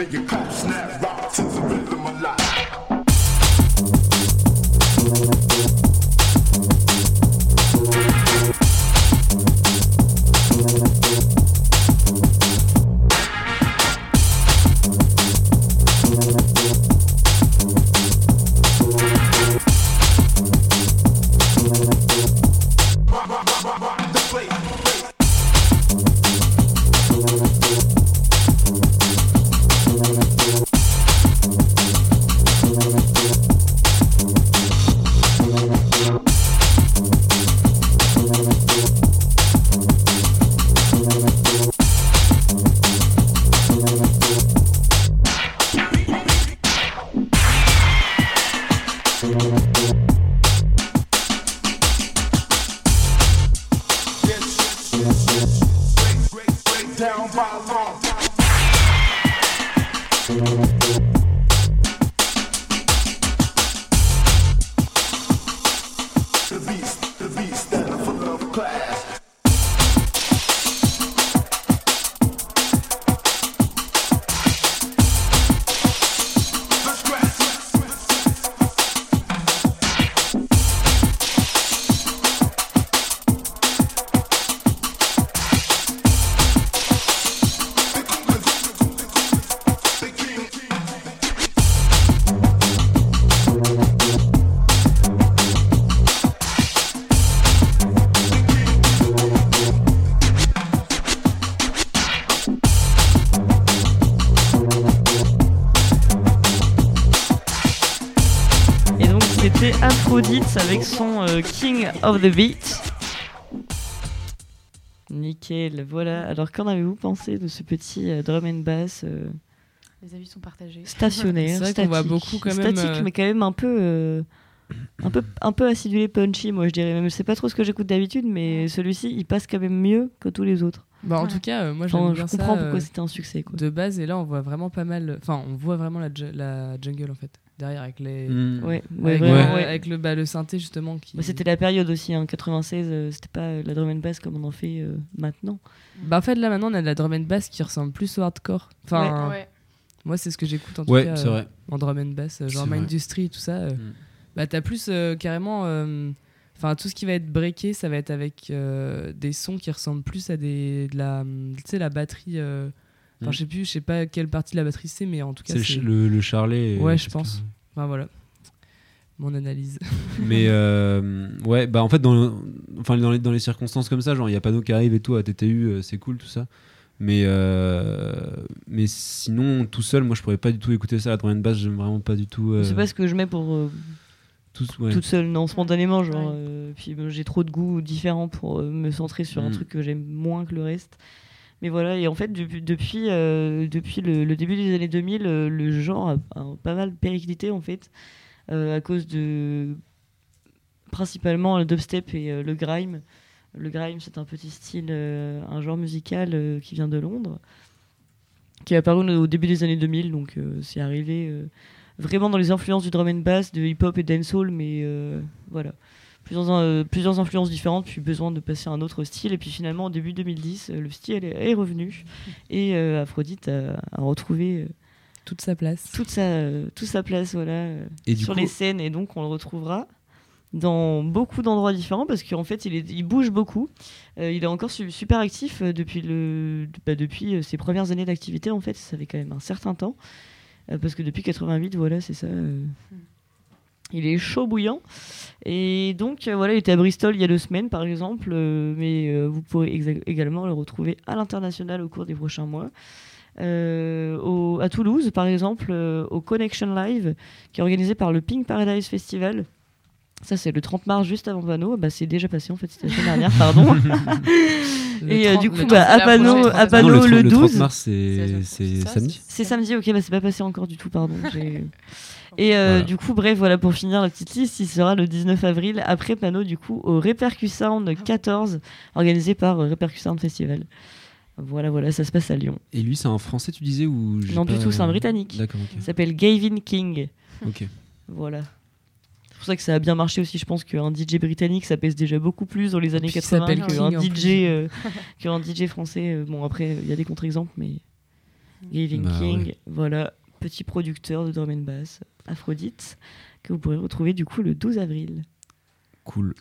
make you clap, snap, rock to the rhythm a lot. Aphrodite avec son King of the Beat. Nickel, voilà. Alors qu'en avez-vous pensé de ce petit drum and bass Les avis sont partagés. Stationnaire, c'est vrai statique, qu'on voit beaucoup quand même, statique, mais quand même un peu acidulé, punchy. Moi, je dirais même. Je sais pas trop ce que j'écoute d'habitude, mais celui-ci, il passe quand même mieux que tous les autres. Bah, en tout cas, moi j'aime bien je comprends ça, pourquoi c'était un succès. Quoi. De base, et là on voit vraiment pas mal. Enfin, on voit vraiment la jungle en fait. Derrière avec les. Avec le synthé justement. Qui... C'était la période aussi, hein, 96, c'était pas la drum and bass comme on en fait maintenant. Bah en fait là maintenant on a de la drum and bass qui ressemble plus au hardcore. Enfin, moi c'est ce que j'écoute en tout cas c'est vrai. En drum and bass, genre Mindustry et tout ça. Bah t'as plus carrément. Enfin tout ce qui va être breaké, ça va être avec des sons qui ressemblent plus à tu sais la batterie. Enfin, je sais pas quelle partie de la batterie c'est, mais en tout cas c'est le charlet. Ouais, je pense. Enfin voilà, mon analyse. Mais ouais, bah en fait dans les circonstances comme ça, genre il y a Pano qui arrive et tout à TTU, c'est cool tout ça. Mais sinon tout seul, moi je pourrais pas du tout écouter ça. La drum and bass, j'aime vraiment pas du tout. C'est pas ce que je mets pour toute seule, non, spontanément, genre. Puis j'ai trop de goûts différents pour me centrer sur un truc que j'aime moins que le reste. Mais voilà, et en fait, depuis le début des années 2000, le genre a pas mal périclité, en fait, à cause de principalement le dubstep et le grime. Le grime, c'est un petit style, un genre musical qui vient de Londres, qui est apparu au début des années 2000, donc c'est arrivé vraiment dans les influences du drum and bass, de hip-hop et dancehall, mais voilà. Plusieurs influences différentes, puis besoin de passer à un autre style. Et puis finalement, au début 2010, le style est revenu. Et Aphrodite a retrouvé toute sa place. Toute sa place, voilà, sur les scènes. Et donc, on le retrouvera dans beaucoup d'endroits différents, parce qu'en fait, il bouge beaucoup. Il est encore super actif depuis ses premières années d'activité. En fait, ça fait quand même un certain temps. Parce que depuis 88, voilà, c'est ça... Il est chaud bouillant. Et donc, voilà, il était à Bristol il y a 2 semaines, par exemple. Mais vous pourrez également le retrouver à l'international au cours des prochains mois. À Toulouse, par exemple, au Connection Live, qui est organisé par le Pink Paradise Festival. Ça, c'est le 30 mars, juste avant Pano. Bah, c'est déjà passé, en fait, c'était la semaine dernière, pardon. Et du coup, à Pano, le 12. Le 30 mars, c'est samedi. C'est samedi, ok, bah, c'est pas passé encore du tout, pardon. Et voilà. Du coup, bref, voilà, pour finir la petite liste, il sera le 19 avril, après Pano, du coup, au Repercussound 14, organisé par Repercussound Festival. Voilà, ça se passe à Lyon. Et lui, c'est un Français, tu disais ou Non, du tout, c'est un Britannique. D'accord, ok. Il s'appelle Gavin King. Ok. Voilà. C'est pour ça que ça a bien marché aussi. Je pense qu'un DJ britannique, ça pèse déjà beaucoup plus dans les années 80 qu'un DJ français. Bon, après, il y a des contre-exemples, mais Gavin Bah King, ouais. voilà, petit producteur de drum and bass, Aphrodite, que vous pourrez retrouver du coup le 12 avril. Cool.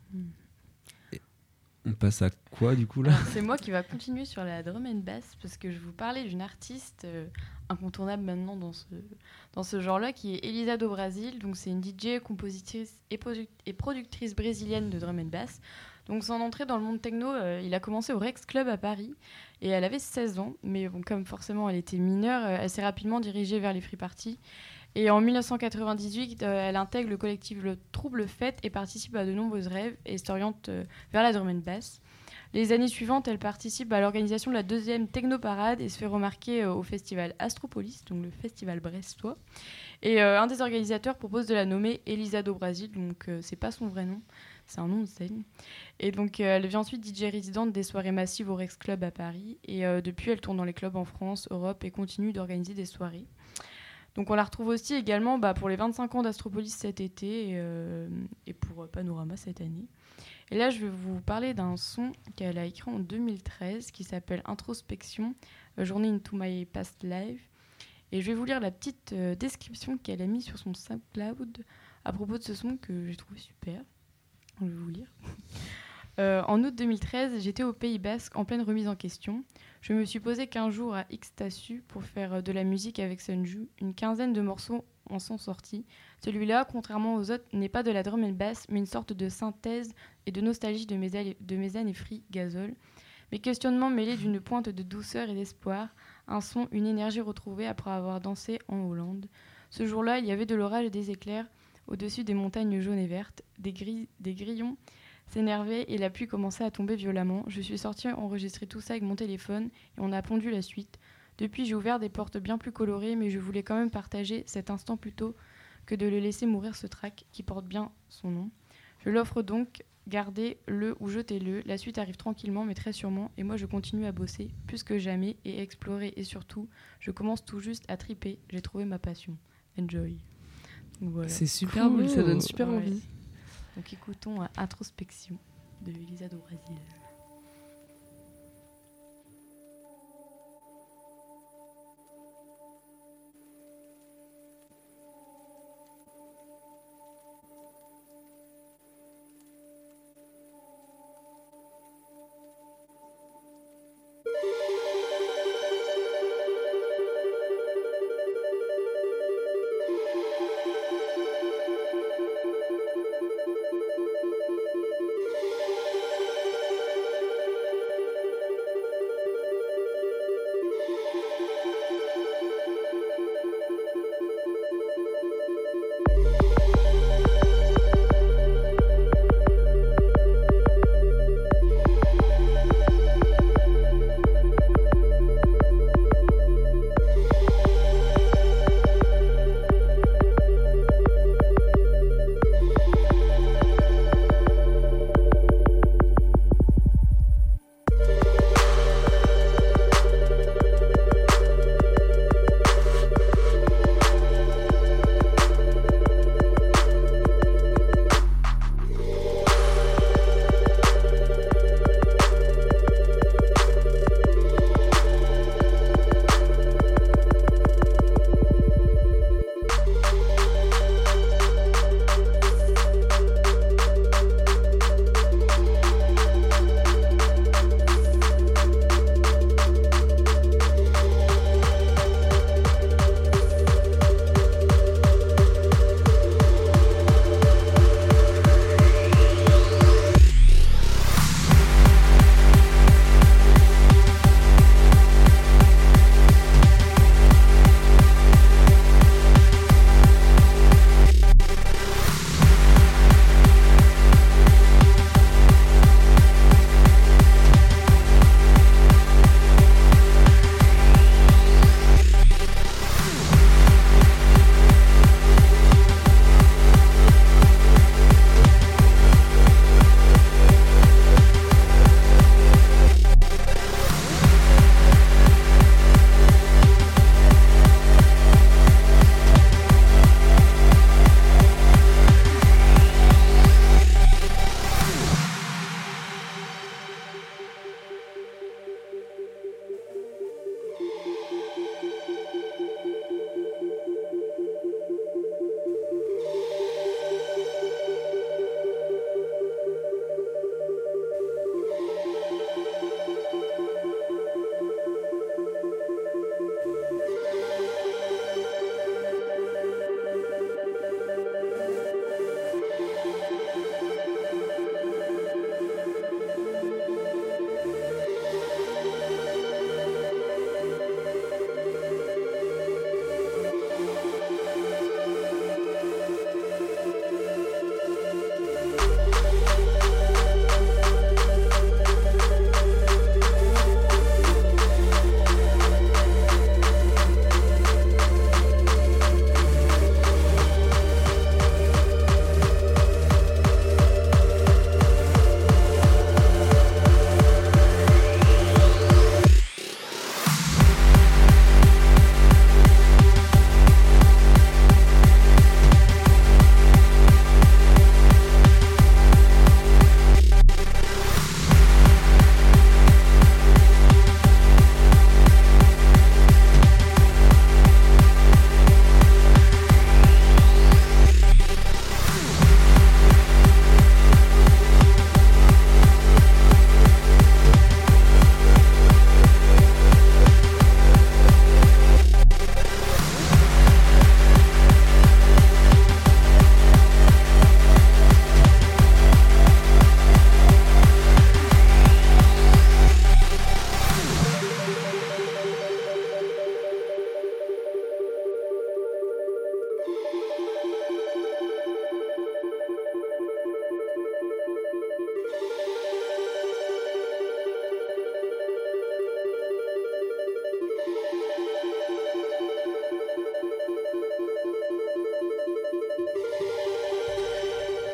Et on passe à quoi du coup là? Alors, c'est moi qui va continuer sur la drum and bass parce que je vais vous parler d'une artiste incontournable maintenant dans ce genre-là qui est Elisa do Brasil. Donc c'est une DJ, compositrice et productrice brésilienne de drum and bass. Donc son entrée dans le monde techno, il a commencé au Rex Club à Paris et elle avait 16 ans. Mais bon, comme forcément elle était mineure, elle s'est rapidement dirigée vers les free parties. Et en 1998, elle intègre le collectif Le Trouble Fête et participe à de nombreuses rêves et s'oriente vers la drum and bass. Les années suivantes, elle participe à l'organisation de la 2e Technoparade et se fait remarquer au festival Astropolis, donc le festival brestois. Et un des organisateurs propose de la nommer Elisa do Brasil, donc c'est pas son vrai nom, c'est un nom de scène. Et donc elle devient ensuite DJ résidente des soirées massives au Rex Club à Paris. Et depuis, elle tourne dans les clubs en France, Europe et continue d'organiser des soirées. Donc on la retrouve aussi également pour les 25 ans d'Astropolis cet été et pour Panorama cette année. Et là, je vais vous parler d'un son qu'elle a écrit en 2013 qui s'appelle Introspection, Journey into my past life. Et je vais vous lire la petite description qu'elle a mise sur son SoundCloud à propos de ce son que j'ai trouvé super. Je vais vous lire. En août 2013, j'étais au Pays Basque en pleine remise en question. Je me suis posé 15 jours à Ixtasu pour faire de la musique avec Sunju. Une quinzaine de morceaux en sont sortis. Celui-là, contrairement aux autres, n'est pas de la drum and bass, mais une sorte de synthèse et de nostalgie de mes années free gazole. Mes questionnements mêlés d'une pointe de douceur et d'espoir, un son, une énergie retrouvée après avoir dansé en Hollande. Ce jour-là, il y avait de l'orage et des éclairs au-dessus des montagnes jaunes et vertes, des grillons s'énervaient et la pluie commençait à tomber violemment. Je suis sortie enregistrer tout ça avec mon téléphone et on a pondu la suite. Depuis, j'ai ouvert des portes bien plus colorées, mais je voulais quand même partager cet instant plutôt que de le laisser mourir, ce track qui porte bien son nom. Je l'offre donc, gardez-le ou jetez-le. La suite arrive tranquillement mais très sûrement et moi je continue à bosser plus que jamais et à explorer et surtout, je commence tout juste à triper. J'ai trouvé ma passion. Enjoy. Donc voilà. C'est super Cool, beau. ça donne super Ouais. envie. Donc écoutons Introspection de Elisa do Brasil.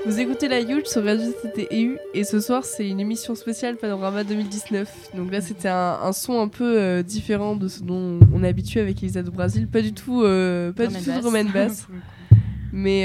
Vous écoutez la Youth sur Radio TTEU et ce soir c'est une émission spéciale Panorama 2019. Donc là c'était un son un peu différent de ce dont on est habitué avec Elisa do Brasil. Pas du tout de Drum & Bass. Mais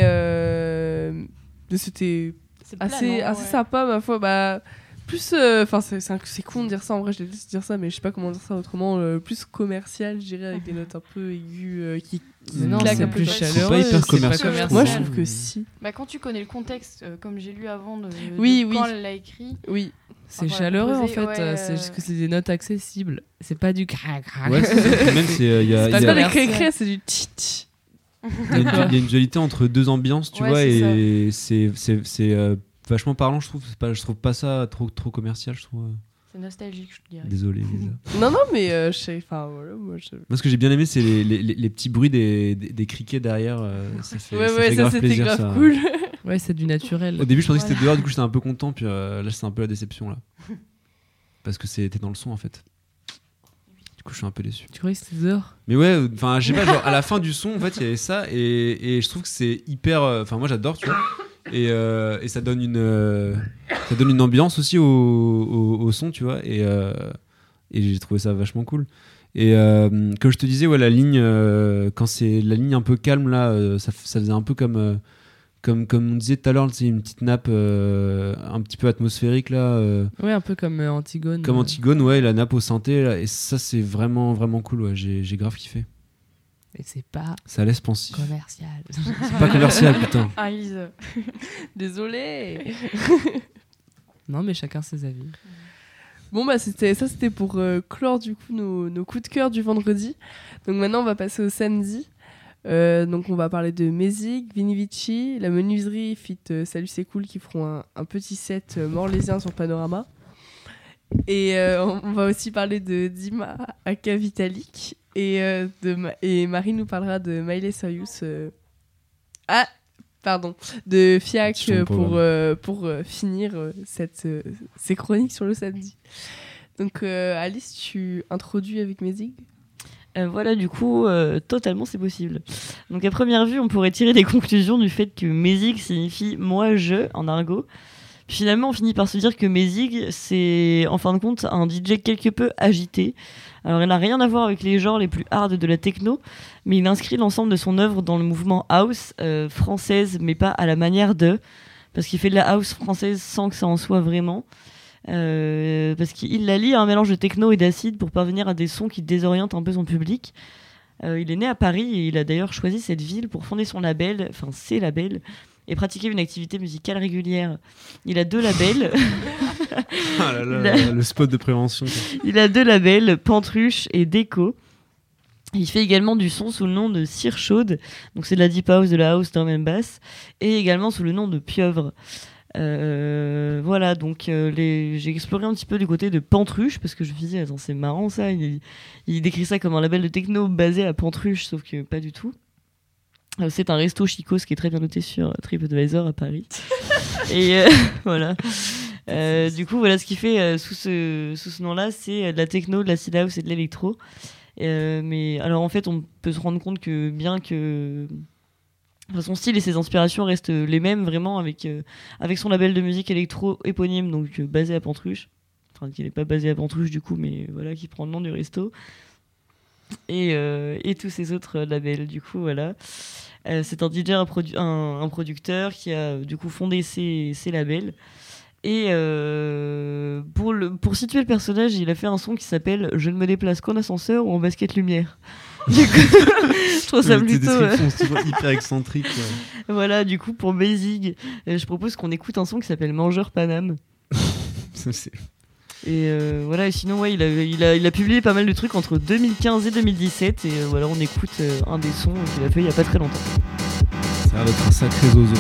c'était assez sympa ma foi. Bah, plus, enfin c'est con de dire ça en vrai, je déteste dire ça, mais je sais pas comment dire ça autrement. Plus commercial, je dirais, avec des notes un peu aiguës qui non, claquent c'est un peu. plus chaleureux. pas hyper c'est pas commercial. Moi je trouve que si. Bah, quand tu connais le contexte, comme j'ai lu avant Oui. quand elle l'a écrit. Oui. C'est Enfin, chaleureux composé, en fait, ouais, c'est juste que c'est des notes accessibles. C'est pas du crac. Ouais, c'est même c'est C'est pas commercial. des cré-cré, c'est du tch. il y a une dualité entre deux ambiances, tu Ouais, vois, c'est et c'est vachement parlant, je trouve. Je trouve pas ça trop commercial, je trouve. C'est nostalgique, je te dirais. Désolé, Lisa. Non, mais je sais. Enfin, voilà, moi je. Moi, ce que j'ai bien aimé, c'est les petits bruits des criquets derrière. Ça fait grave c'était plaisir, grave ça. cool. Ouais, c'est du naturel. Au début, je pensais que c'était dehors, du coup, j'étais un peu content, puis là, c'est un peu la déception, là. Parce que c'était dans le son, en fait. Du coup, je suis un peu déçu. Tu croyais que c'était dehors? Mais ouais, enfin, je sais pas, genre, à la fin du son, en fait, il y avait ça, et je trouve que c'est hyper. Enfin, moi, j'adore, tu vois. Et ça donne une ambiance aussi au son, tu vois. Et j'ai trouvé ça vachement cool. Et comme je te disais, ouais, la ligne, quand c'est la ligne un peu calme, là, ça faisait un peu comme on disait tout à l'heure, c'est une petite nappe un petit peu atmosphérique là. Ouais, un peu comme Antigone. Comme Antigone, ouais, la nappe au synthé là, et ça c'est vraiment cool, ouais, j'ai grave kiffé. Et c'est pas Ça laisse pensif. commercial. C'est pas commercial, putain. Ah, Elise. Désolée. Non, mais chacun ses avis. Bon bah c'était pour clore du coup nos coups de cœur du vendredi. Donc maintenant on va passer au samedi. Donc on va parler de Mesig, Vini Vici, la menuiserie fit Salut c'est cool qui feront un petit set morlaisien sur Panorama. Et on va aussi parler de Dima aka Vitalik et Marie nous parlera de Miley Cyrus de Fiac pour finir ces chroniques sur le samedi. Donc Alice, tu introduis avec Mesig. Voilà, du coup, totalement, c'est possible. Donc, à première vue, on pourrait tirer des conclusions du fait que Mesig signifie « moi, je » en argot. Puis finalement, on finit par se dire que Mesig, c'est, en fin de compte, un DJ quelque peu agité. Alors, il n'a rien à voir avec les genres les plus hard de la techno, mais il inscrit l'ensemble de son œuvre dans le mouvement house française, mais pas à la manière de, parce qu'il fait de la house française sans que ça en soit vraiment. Parce qu'il allie un mélange de techno et d'acide pour parvenir à des sons qui désorientent un peu son public. Il est né à Paris et il a d'ailleurs choisi cette ville pour fonder son label, enfin ses labels, et pratiquer une activité musicale régulière. Il a 2 labels. Ah là là, le spot de prévention. Il a 2 labels, Pantruche et Déco. Il fait également du son sous le nom de Cire Chaude, donc c'est de la deep house, de la house, drum & bass, et également sous le nom de Pieuvre. Voilà, donc j'ai exploré un petit peu du côté de Pantruche parce que je me suis dit, attends, c'est marrant ça, il décrit ça comme un label de techno basé à Pantruche, sauf que pas du tout. C'est un resto chicos qui est très bien noté sur TripAdvisor à Paris. Et voilà. Du coup, voilà ce qu'il fait sous ce nom-là, c'est de la techno, de la acid house et de l'électro. Mais alors en fait, on peut se rendre compte que bien que son style et ses inspirations restent les mêmes vraiment avec son label de musique électro éponyme, donc basé à Pantruche. Enfin, qui n'est pas basé à Pantruche du coup, mais voilà, qui prend le nom du resto. Et tous ces autres labels, du coup, voilà. C'est un DJ, un producteur qui a du coup fondé ces labels. Et pour situer le personnage, il a fait un son qui s'appelle « Je ne me déplace qu'en ascenseur ou en basket lumière ». Du coup, je trouve ça plutôt... C'est hyper excentrique. Ouais. Voilà, du coup, pour Mesig, je propose qu'on écoute un son qui s'appelle « Mangeur Paname ». Et voilà, et sinon, ouais, il a publié pas mal de trucs entre 2015 et 2017. Et voilà, on écoute un des sons qu'il a fait il y a pas très longtemps. Ça a l'air d'être un sacré zozo.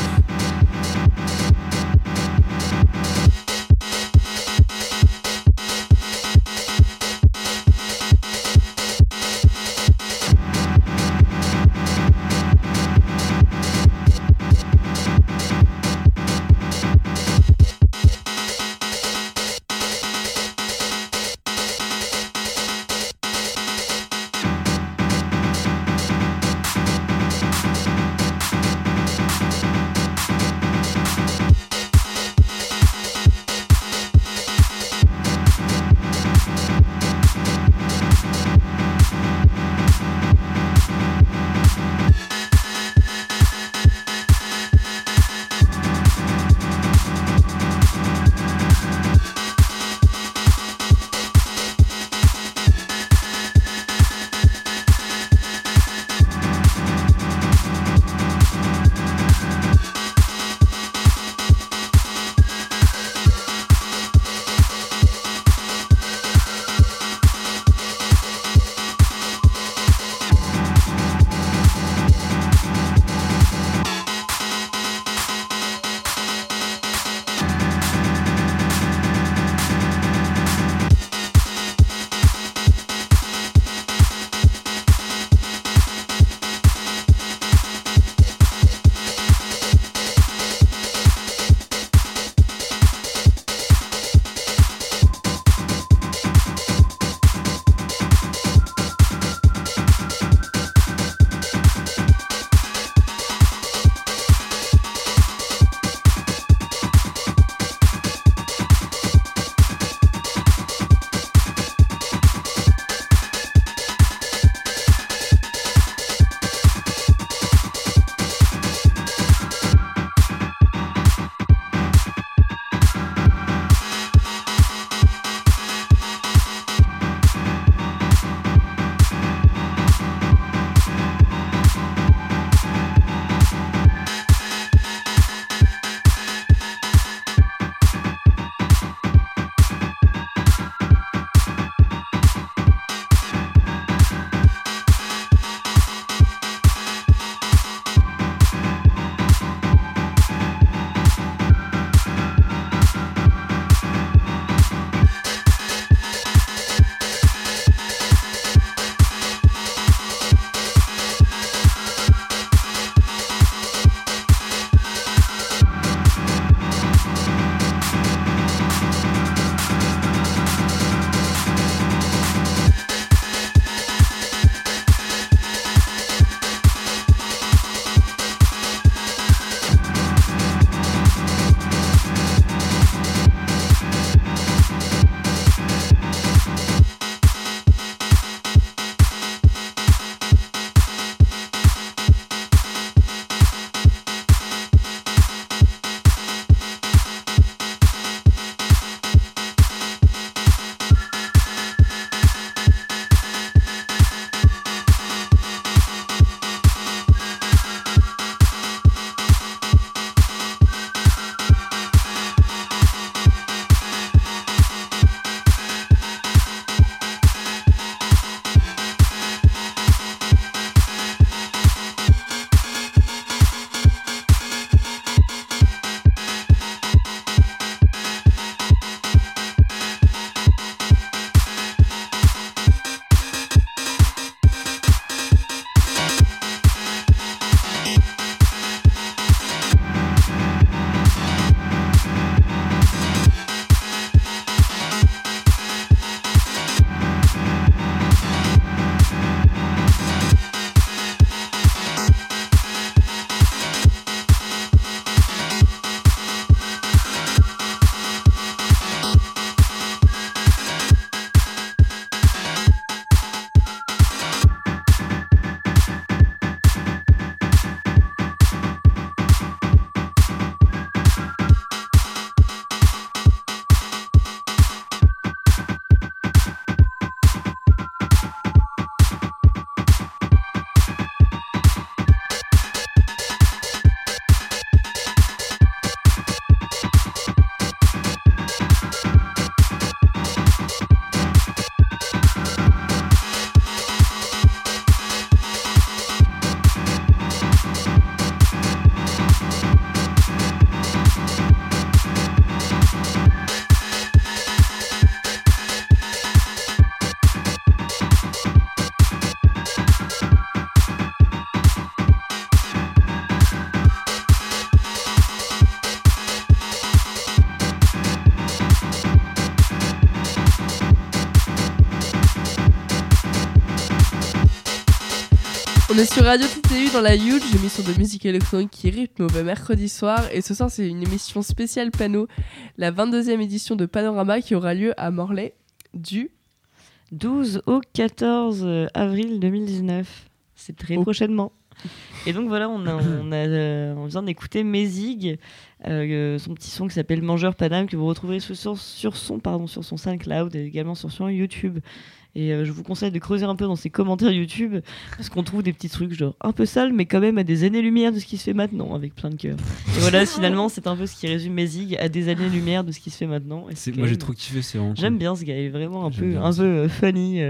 On est sur Radio TTU dans la Huge, émission de musique électronique qui rythme au mercredi soir. Et ce soir, c'est une émission spéciale Pano, la 22e édition de Panorama qui aura lieu à Morlaix du 12 au 14 avril 2019. C'est très prochainement. Et donc voilà, on vient d'écouter Mézig, son petit son qui s'appelle Mangeur Paname, que vous retrouverez sur son SoundCloud et également sur son YouTube. Et je vous conseille de creuser un peu dans ses commentaires YouTube, parce qu'on trouve des petits trucs genre un peu sales, mais quand même à des années-lumière de ce qui se fait maintenant, avec plein de cœur. Et voilà, finalement, c'est un peu ce qui résume Mézig, à des années-lumière de ce qui se fait maintenant. Et Moi j'ai trop kiffé, c'est vraiment J'aime cool. bien ce gars, il est vraiment un J'aime peu funny.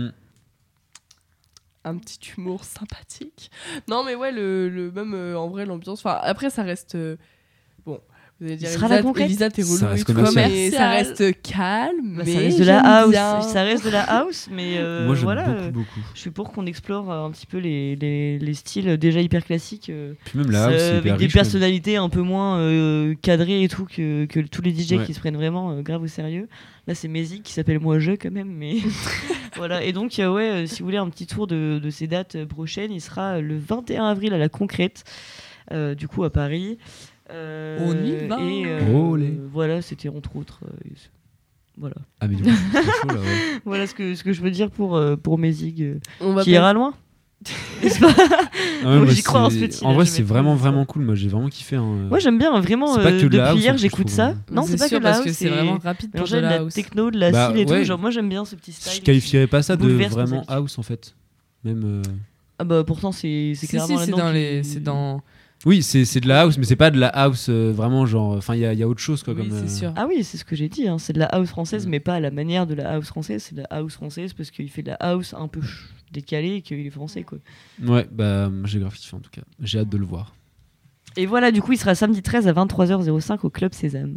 un petit humour sympathique. Non mais ouais, le même en vrai l'ambiance. Enfin après ça reste bon. Vous allez dire Elisa, t'es relou Ça reste et tout, commercial. mais ça reste calme. Bah, mais ça reste de la house, bien. ça reste de la house, mais Moi j'aime voilà, beaucoup. je suis pour qu'on explore un petit peu les styles déjà hyper classiques, Puis même la house, c'est avec hyper des riche, même. personnalités un peu moins cadrées et tout que tous les DJ Ouais. qui se prennent vraiment grave au sérieux. Là c'est Mézig qui s'appelle Moi Je quand même, mais voilà. Et donc si vous voulez un petit tour de ces dates prochaines, il sera le 21 avril à la Concrète, du coup à Paris. On y va. Et Olé. voilà, c'était entre autres. Voilà. Ah mais du coup, c'est trop chaud là, ouais. Voilà ce que je veux dire pour Mézig, On va qui pas- ira loin. N'est-ce pas? Ah ouais, moi, J'y crois en ce c'est- petit. En là, vrai, je c'est vais vraiment mettre ça. vraiment cool. Moi, j'ai vraiment kiffé. Moi j'aime bien vraiment C'est pas que de la depuis house, hier en plus, j'écoute je ça. trouve. Non, c'est pas que sûr, de la parce house, que c'est vraiment rapide pour mélanger de de la la house. techno, de la Bah, style et ouais. tout. Genre moi j'aime bien ce petit style. Je qualifierais pas ça de bouleverse mes vraiment habitudes. house en fait. Même. Ah bah pourtant c'est Si, clairement si, c'est là-dedans dans que- les. C'est dans. Oui, c'est de la house, mais c'est pas de la house vraiment genre. Enfin, il y a autre chose quoi. Oui, comme, c'est sûr. Ah oui, c'est ce que j'ai dit, hein. C'est de la house française, Mm. mais pas à la manière de la house française. C'est de la house française parce qu'il fait de la house un peu décalée et qu'il est français, quoi. Ouais, bah moi, j'ai grave kiffé en tout cas. J'ai hâte de le voir. Et voilà, du coup, il sera samedi 13 à 23h05 au Club Sésame.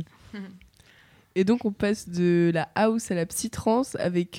Et donc on passe de la house à la psytrance avec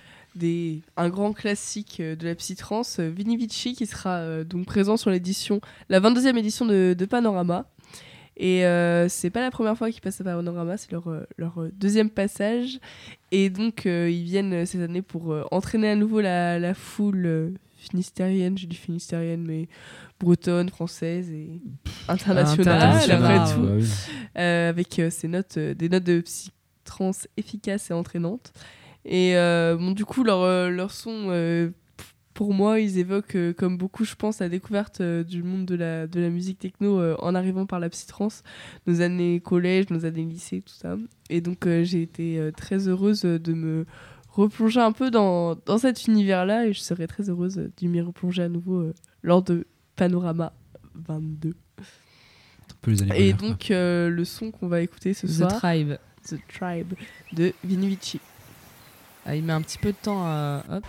un grand classique de la psytrance, Vini Vici, qui sera donc présent sur la 22e édition de Panorama. Et c'est pas la première fois qu'ils passent à Panorama, c'est leur deuxième passage. Et donc ils viennent cette année pour entraîner à nouveau la foule finistérienne, je dis finistérienne, mais bretonne, française et internationale, internationale, après tout. Bah oui. Avec des notes de psytrance efficaces et entraînantes. Et bon, du coup, leur son, pour moi, ils évoquent, comme beaucoup, je pense, la découverte du monde de la musique techno en arrivant par la psytrance, nos années collège, nos années lycée, tout ça. Et donc, j'ai été très heureuse de me replonger un peu dans cet univers-là, et je serais très heureuse de m'y replonger à nouveau lors de Panorama 22. Un peu les années Et bonheur, quoi. donc, le son qu'on va écouter ce The soir, Tribe. The Tribe de Vini Vici. Ah, il met un petit peu de temps à. Hop.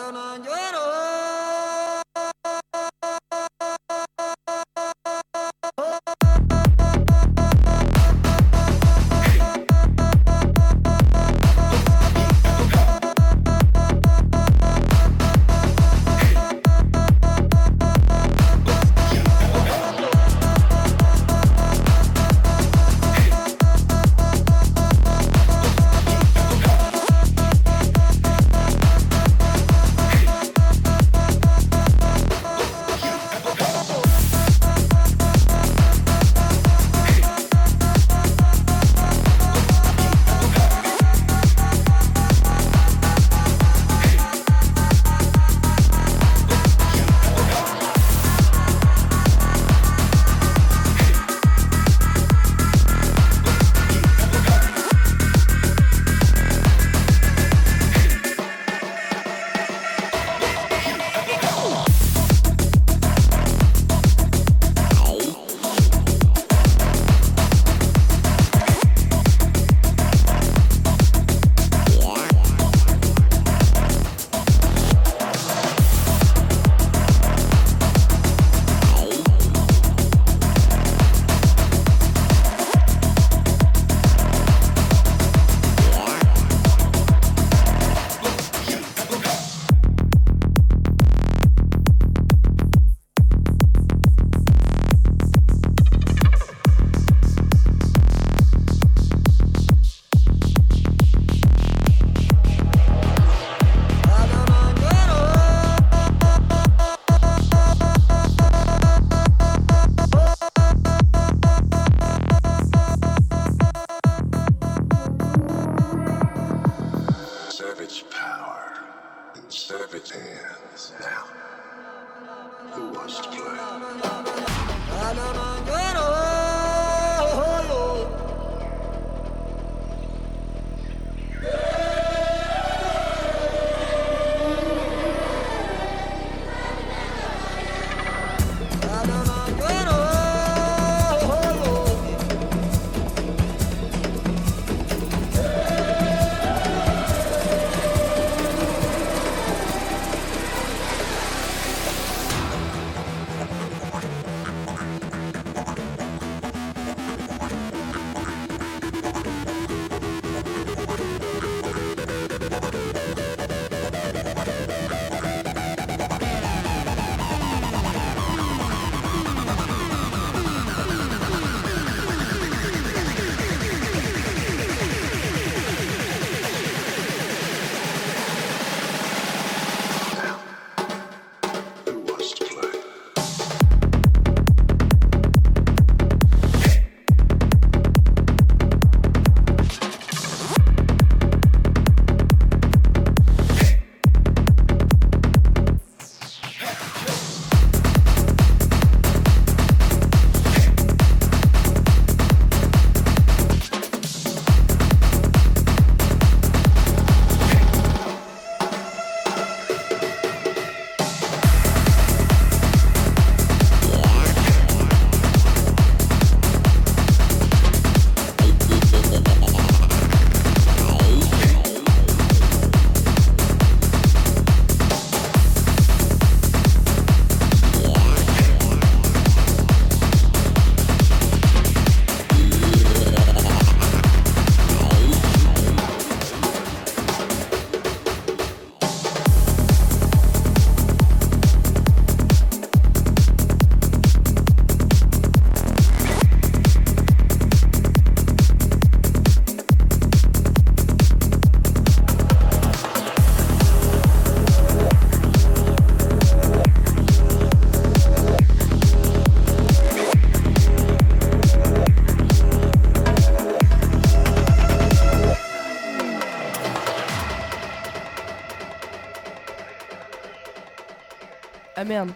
Ah merde.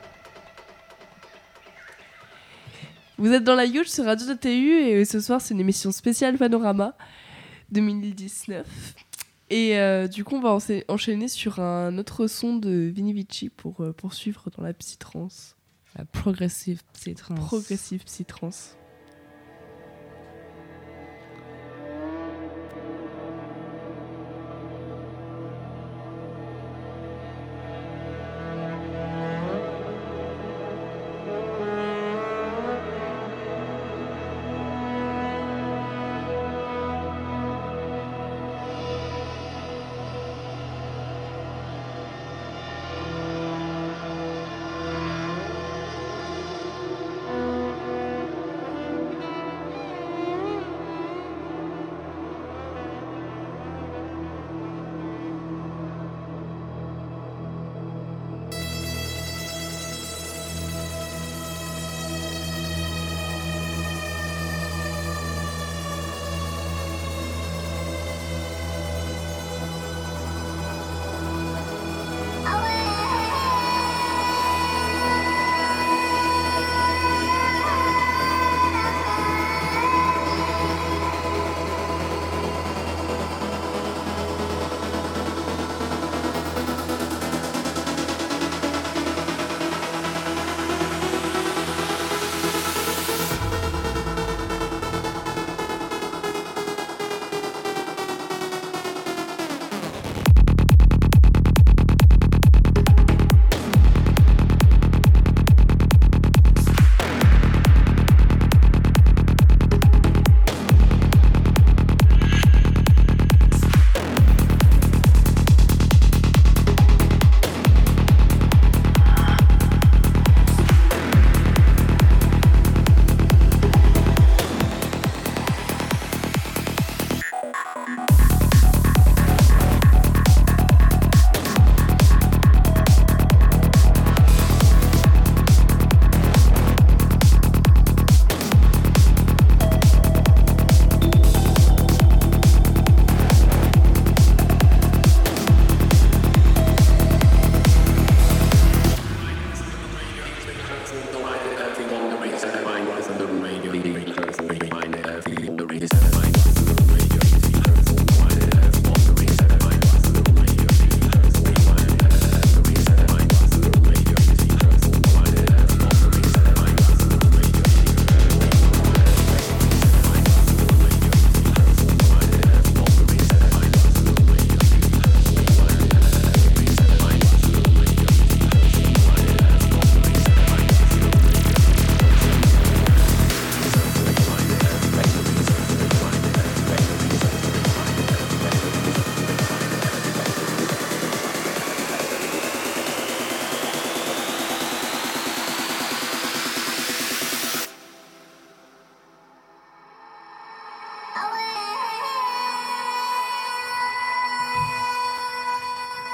Vous êtes dans la Youch sur Radio TU et ce soir c'est une émission spéciale Panorama 2019. Et du coup on va enchaîner sur un autre son de Vini Vici pour poursuivre dans la psytrance. La progressive psytrance. Progressive psytrance.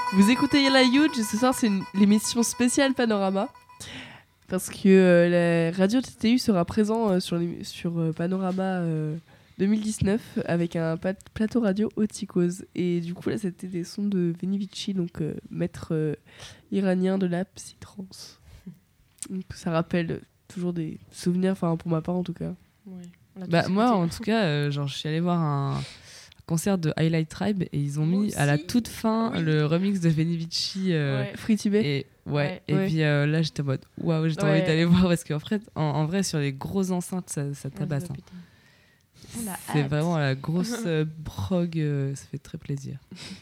Vous écoutez Yalla Huge, ce soir c'est l'émission spéciale Panorama. Parce que la radio TTU sera présent sur Panorama 2019 avec un plateau radio Otikos. Et du coup là c'était des sons de Veni Vici, donc maître iranien de la psytrance. Donc ça rappelle toujours des souvenirs, enfin pour ma part en tout cas. Bah, moi en tout cas, je suis allée voir un concert de Highlight Tribe et ils ont mis à la toute fin le remix de Veni Vici Free Tibet. et puis là j'étais en mode waouh, j'ai envie d'aller voir parce qu'en fait en vrai sur les grosses enceintes ça tabasse. C'est vraiment la grosse prog, ça fait très plaisir.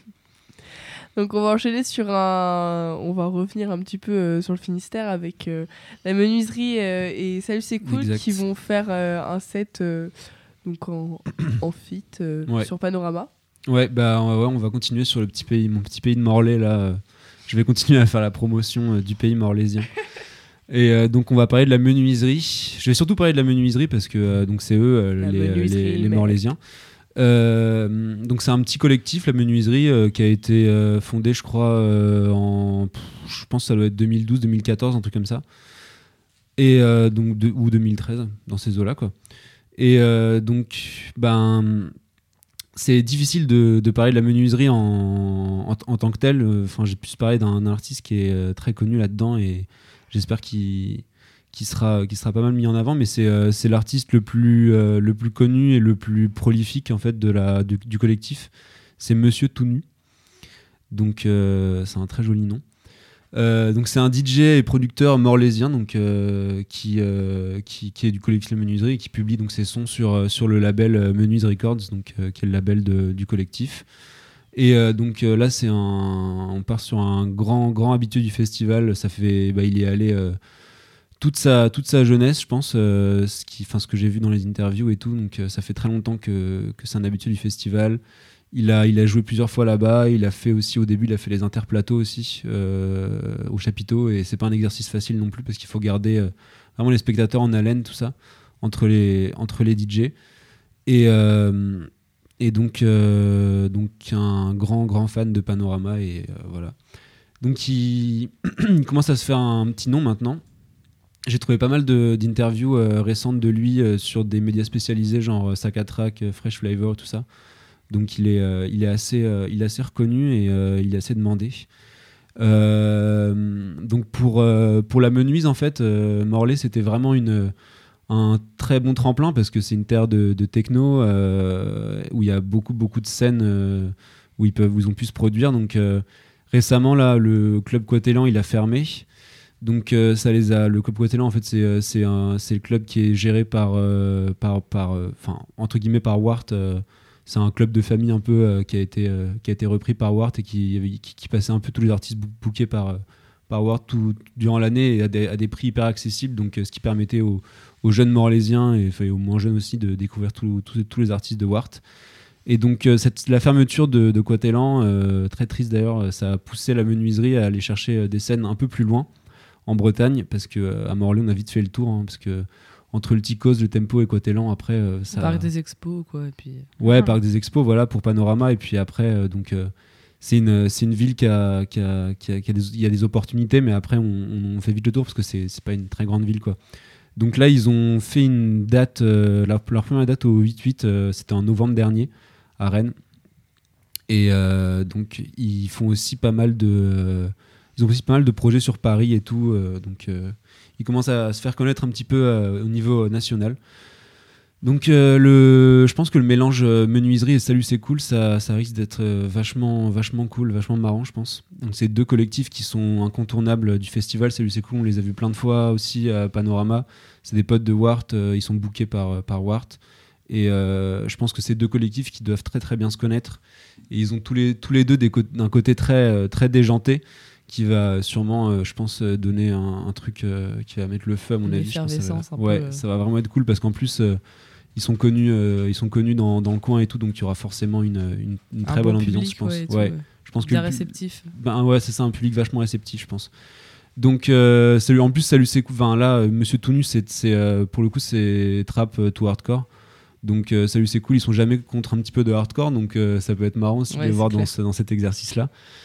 Donc on va enchaîner on va revenir un petit peu sur le Finistère avec la menuiserie et Salut c'est cool qui vont faire un set donc en feat sur Panorama. Ouais, on va continuer sur mon petit pays de Morlaix là. Je vais continuer à faire la promotion du pays morlaisien. Et donc on va parler de la menuiserie. Je vais surtout parler de la menuiserie parce que donc c'est eux les Morlaisiens. Donc c'est un petit collectif, la menuiserie, qui a été fondé, je crois, je pense que ça doit être 2012-2014, un truc comme ça. Et ou 2013, dans ces eaux-là, quoi. Et donc, c'est difficile de parler de la menuiserie en tant que telle. Enfin, j'ai pu parler d'un artiste qui est très connu là-dedans et j'espère qu'il sera pas mal mis en avant, mais c'est l'artiste le plus connu et le plus prolifique en fait du collectif. C'est Monsieur Tout Nu. Donc c'est un très joli nom. Donc c'est un DJ et producteur morlaisien donc qui est du collectif La Menuiserie et qui publie donc ses sons sur le label Menuise Records, donc qui est le label du collectif. Et donc là on part sur un grand habitué du festival. Ça fait il est allé toute sa jeunesse, je pense, ce que j'ai vu dans les interviews et tout. Donc ça fait très longtemps que c'est un habitué du festival. Il a joué plusieurs fois là-bas. Il a fait aussi, au début, il a fait les interplateaux aussi au chapiteau. Et c'est pas un exercice facile non plus parce qu'il faut garder vraiment les spectateurs en haleine, tout ça, entre les DJ. Et donc un grand fan de Panorama. Et voilà. Donc il commence à se faire un petit nom maintenant. J'ai trouvé pas mal d'interviews récentes de lui sur des médias spécialisés, genre Sacatrack, Fresh Flavor, tout ça. Donc il est assez reconnu et il est assez demandé. Donc pour la menuise en fait, Morlaix c'était vraiment un très bon tremplin parce que c'est une terre de techno où il y a beaucoup de scènes où ils ont pu se produire. Donc récemment là, le club Coatelan il a fermé. Donc le club Coatelan en fait c'est le club qui est géré par entre guillemets par Wart. C'est un club de famille un peu qui a été repris par Wart et qui passait un peu tous les artistes bookés par Wart durant l'année et à des prix hyper accessibles, donc ce qui permettait aux jeunes morlaisiens et aux moins jeunes aussi de découvrir tous les artistes de Wart. Et donc la fermeture de Coatelan, très triste d'ailleurs, ça a poussé la menuiserie à aller chercher des scènes un peu plus loin en Bretagne, parce qu'à Morlaix on a vite fait le tour, parce que entre le Ticos, le Tempo et Coatelan, après ça... Parc des expos quoi, et puis... Ouais, Parc des expos, voilà, pour Panorama, et puis après c'est une ville qui a il y a des opportunités, mais après on fait vite le tour parce que c'est pas une très grande ville quoi. Donc là ils ont fait une date, leur première date au 8-8, c'était en novembre dernier à Rennes, et donc ils font aussi pas mal de projets sur Paris et tout, donc ils commencent à se faire connaître un petit peu au niveau national. Donc je pense que le mélange menuiserie et Salut c'est cool, ça risque d'être vachement cool, vachement marrant je pense. Donc c'est deux collectifs qui sont incontournables du festival. Salut c'est cool, on les a vus plein de fois aussi à Panorama. C'est des potes de Wart, ils sont bookés par Wart. Et je pense que c'est deux collectifs qui doivent très très bien se connaître. Et ils ont tous les deux d'un côté très, très déjanté, qui va sûrement, je pense, donner un truc qui va mettre le feu à mon avis. Je pense ça va vraiment être cool parce qu'en plus ils sont connus dans le coin et tout, donc il y aura forcément une très bonne ambiance, je pense. Je pense bien réceptif. C'est ça, un public vachement réceptif, je pense. Donc en plus Salut c'est cool. Enfin, là, Monsieur Tout Nu, c'est pour le coup c'est trap to hardcore. Donc Salut c'est cool, ils sont jamais contre un petit peu de hardcore, donc ça peut être marrant si vous voulez voir dans cet exercice là.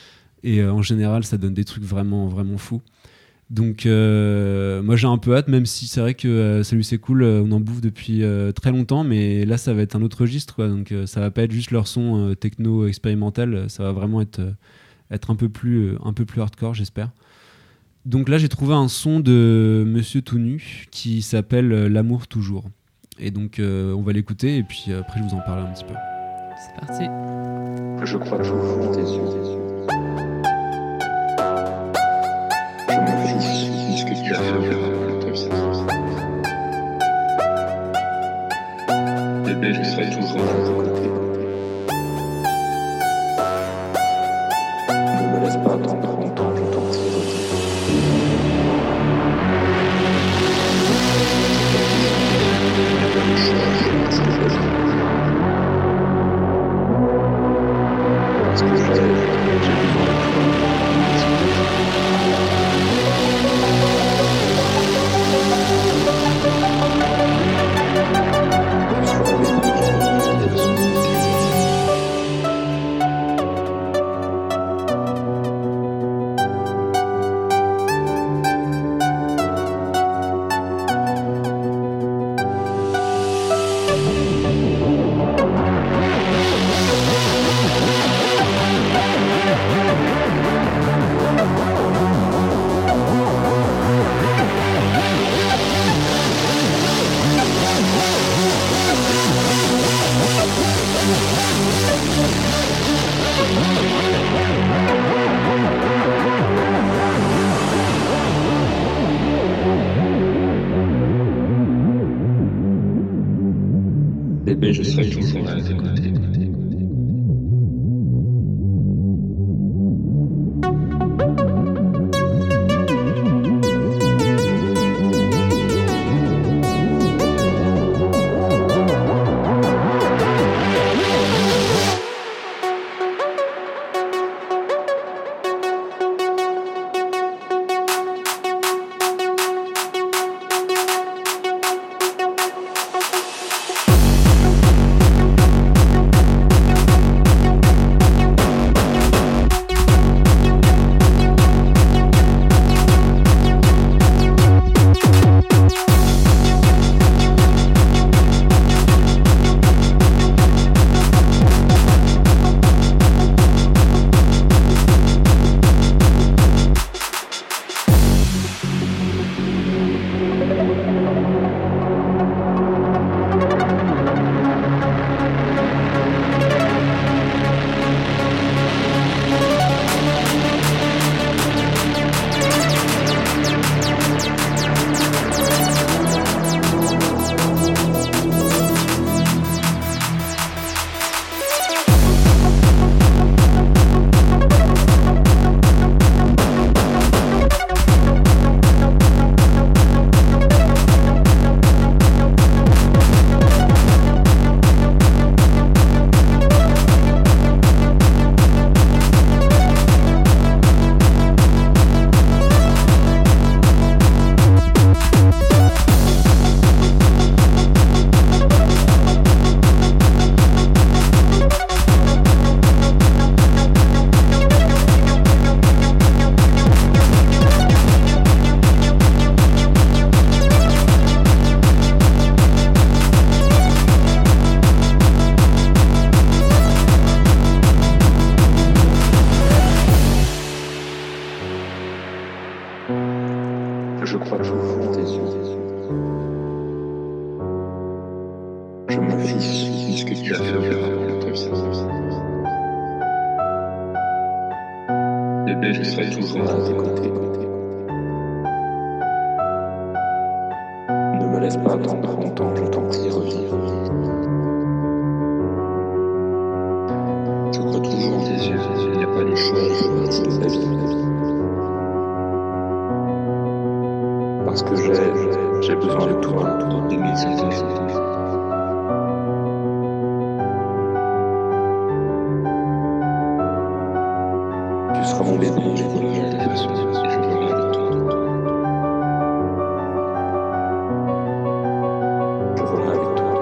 Et en général, ça donne des trucs vraiment, vraiment fous. Donc, moi, j'ai un peu hâte, même si c'est vrai que Salut, c'est cool, on en bouffe depuis très longtemps, mais là, ça va être un autre registre, quoi. Donc, ça va pas être juste leur son techno expérimental, ça va vraiment être un peu plus hardcore, j'espère. Donc là, j'ai trouvé un son de Monsieur Tout Nu qui s'appelle L'amour toujours. Et donc, on va l'écouter et puis après, je vous en parlerai un petit peu. C'est parti. Je crois toujours en tes yeux. Je m'en fiche de ce que tu as fait. Bébé, je serai toujours à tes côtés. Ne me laisse pas attendre longtemps, je t'en prie. Bébé, je serai toujours à tes côtés. Je crois toujours en tes yeux. Je m'en fiche de ce que tu as fait auparavant. Bébé, je serai toujours à tes côtés. Ne me laisse pas attendre longtemps, je t'en prie, reviens. Je crois toujours en tes yeux. Il n'y a pas de choix, je fais partie de ta vie. Parce que j'ai besoin de toi, de mes sentiments. Tu seras mon bébé, je volerai à ta façon, et je volerai avec toi. Je volerai avec toi.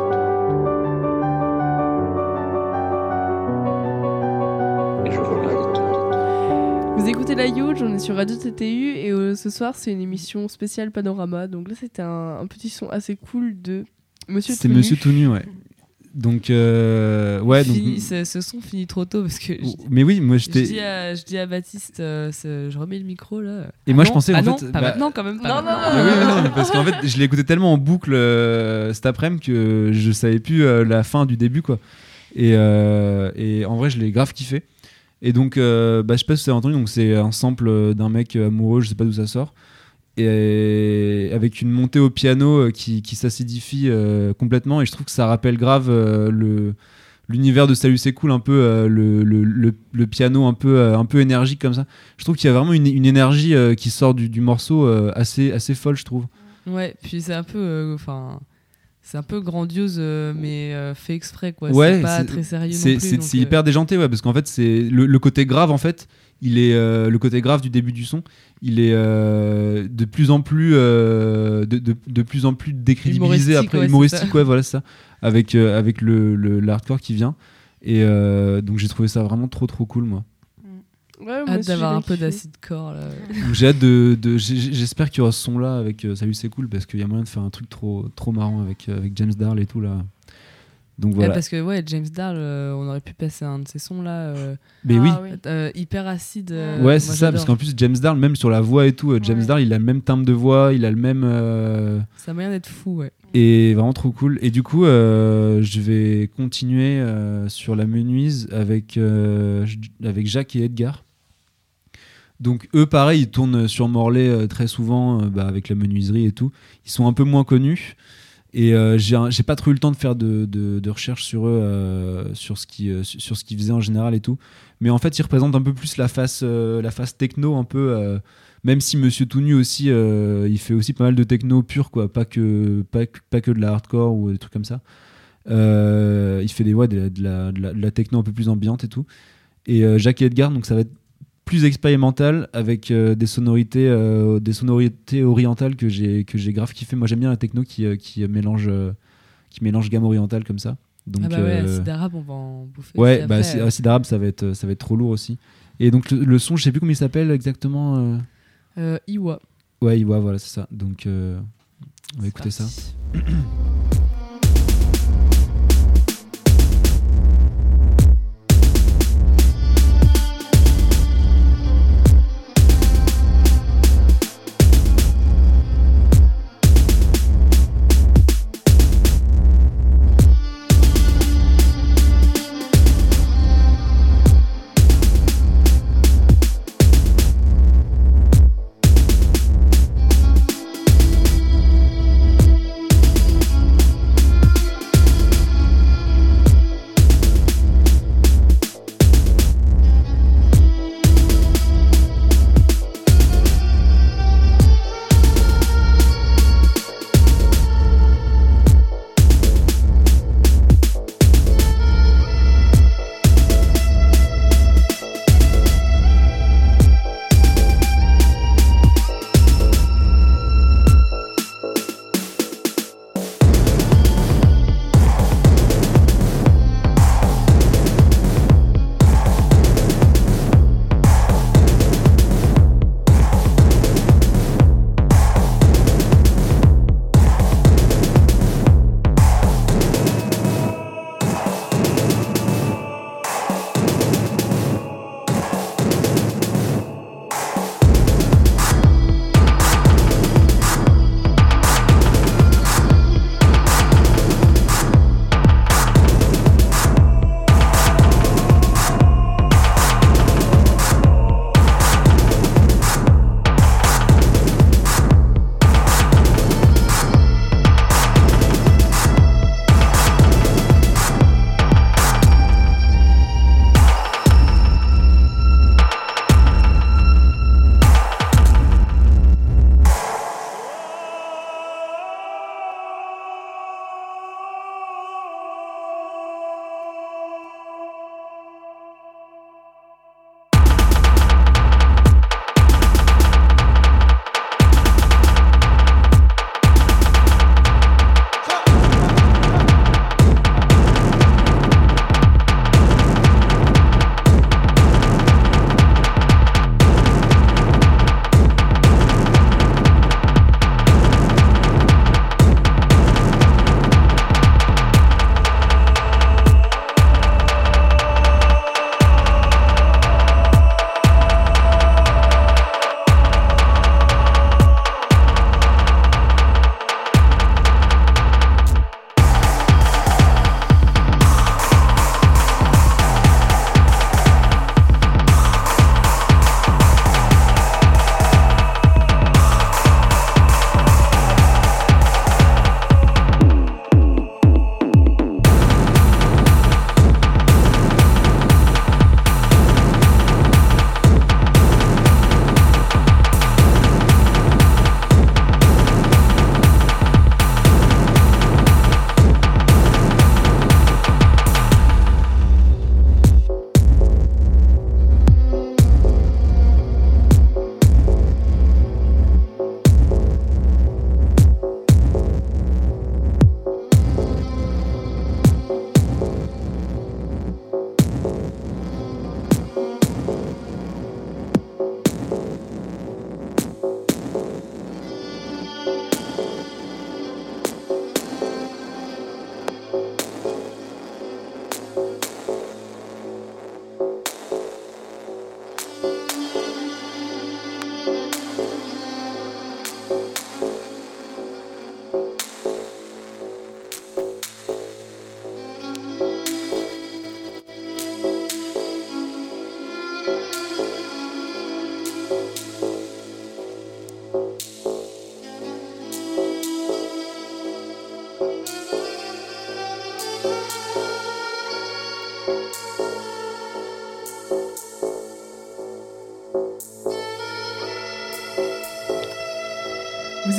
Et je volerai avec toi. Vous écoutez La Huge, on est sur Radio TTU et ce soir c'est une émission spéciale Panorama. Donc là c'était un petit son assez cool de Monsieur C'est Tout Nu. Monsieur Tout Nu, ouais. Donc, ouais. Ce son finit trop tôt parce que mais oui, moi je j'étais. dis à Baptiste, je remets le micro là. Et moi je pensais en non, fait. pas maintenant quand même. Pas maintenant. Oui, mais parce qu'en fait je l'ai écouté tellement en boucle cet après-midi que je savais plus la fin du début quoi. Et en vrai je l'ai grave kiffé. Et donc je sais pas si vous avez entendu, donc c'est un sample d'un mec amoureux, je sais pas d'où ça sort. Et avec une montée au piano qui s'acidifie complètement, et je trouve que ça rappelle grave l'univers de Salut c'est cool, un peu le piano un peu énergique comme ça. Je trouve qu'il y a vraiment une énergie qui sort du morceau assez folle, je trouve. Ouais, puis c'est un peu c'est un peu grandiose mais fait exprès quoi. Ouais, c'est pas très sérieux non plus. C'est hyper déjanté, ouais, parce qu'en fait c'est le côté grave en fait. Il est le côté grave du début du son. Il est de plus en plus décrédibilisé après, humoristique, ouais, voilà ça, avec l'hardcore qui vient. Et donc j'ai trouvé ça vraiment trop cool, moi. Ouais, hâte d'avoir un peu d'acide corps là. Donc, j'ai hâte j'espère qu'il y aura ce son là avec Salut c'est cool, parce qu'il y a moyen de faire un truc trop marrant avec James Darl et tout là. Donc voilà. Parce que ouais, James Darl, on aurait pu passer un de ces sons là. Mais oui. Hyper acide. Ouais, c'est ça, parce qu'en plus James Darl, même sur la voix et tout, James Darl, il a le même timbre de voix, il a le même. Ça a moyen d'être fou, ouais. Et vraiment trop cool. Et du coup, je vais continuer sur la menuise avec Jacques et Edgar. Donc eux, pareil, ils tournent sur Morlaix très souvent, avec la menuiserie et tout. Ils sont un peu moins connus. Et j'ai pas trop eu le temps de faire de recherche sur eux, sur ce qu'ils faisaient en général et tout. Mais en fait, ils représentent un peu plus la face techno, un peu. Même si Monsieur Tout Nu aussi, il fait aussi pas mal de techno pur, quoi. Pas que de la hardcore ou des trucs comme ça. Il fait de la techno un peu plus ambiante et tout. Et Jacques et Edgar, donc ça va être plus expérimental avec des sonorités orientales que j'ai grave kiffé. Moi j'aime bien la techno qui mélange gamme orientale comme ça. Donc Acide Arabe, on va en bouffer. Ouais, Acide Arabe, ça va être trop lourd aussi. Et donc le son, je sais plus comment il s'appelle exactement. Iwa. Ouais, Iwa, voilà, c'est ça. Donc on va écouter ça.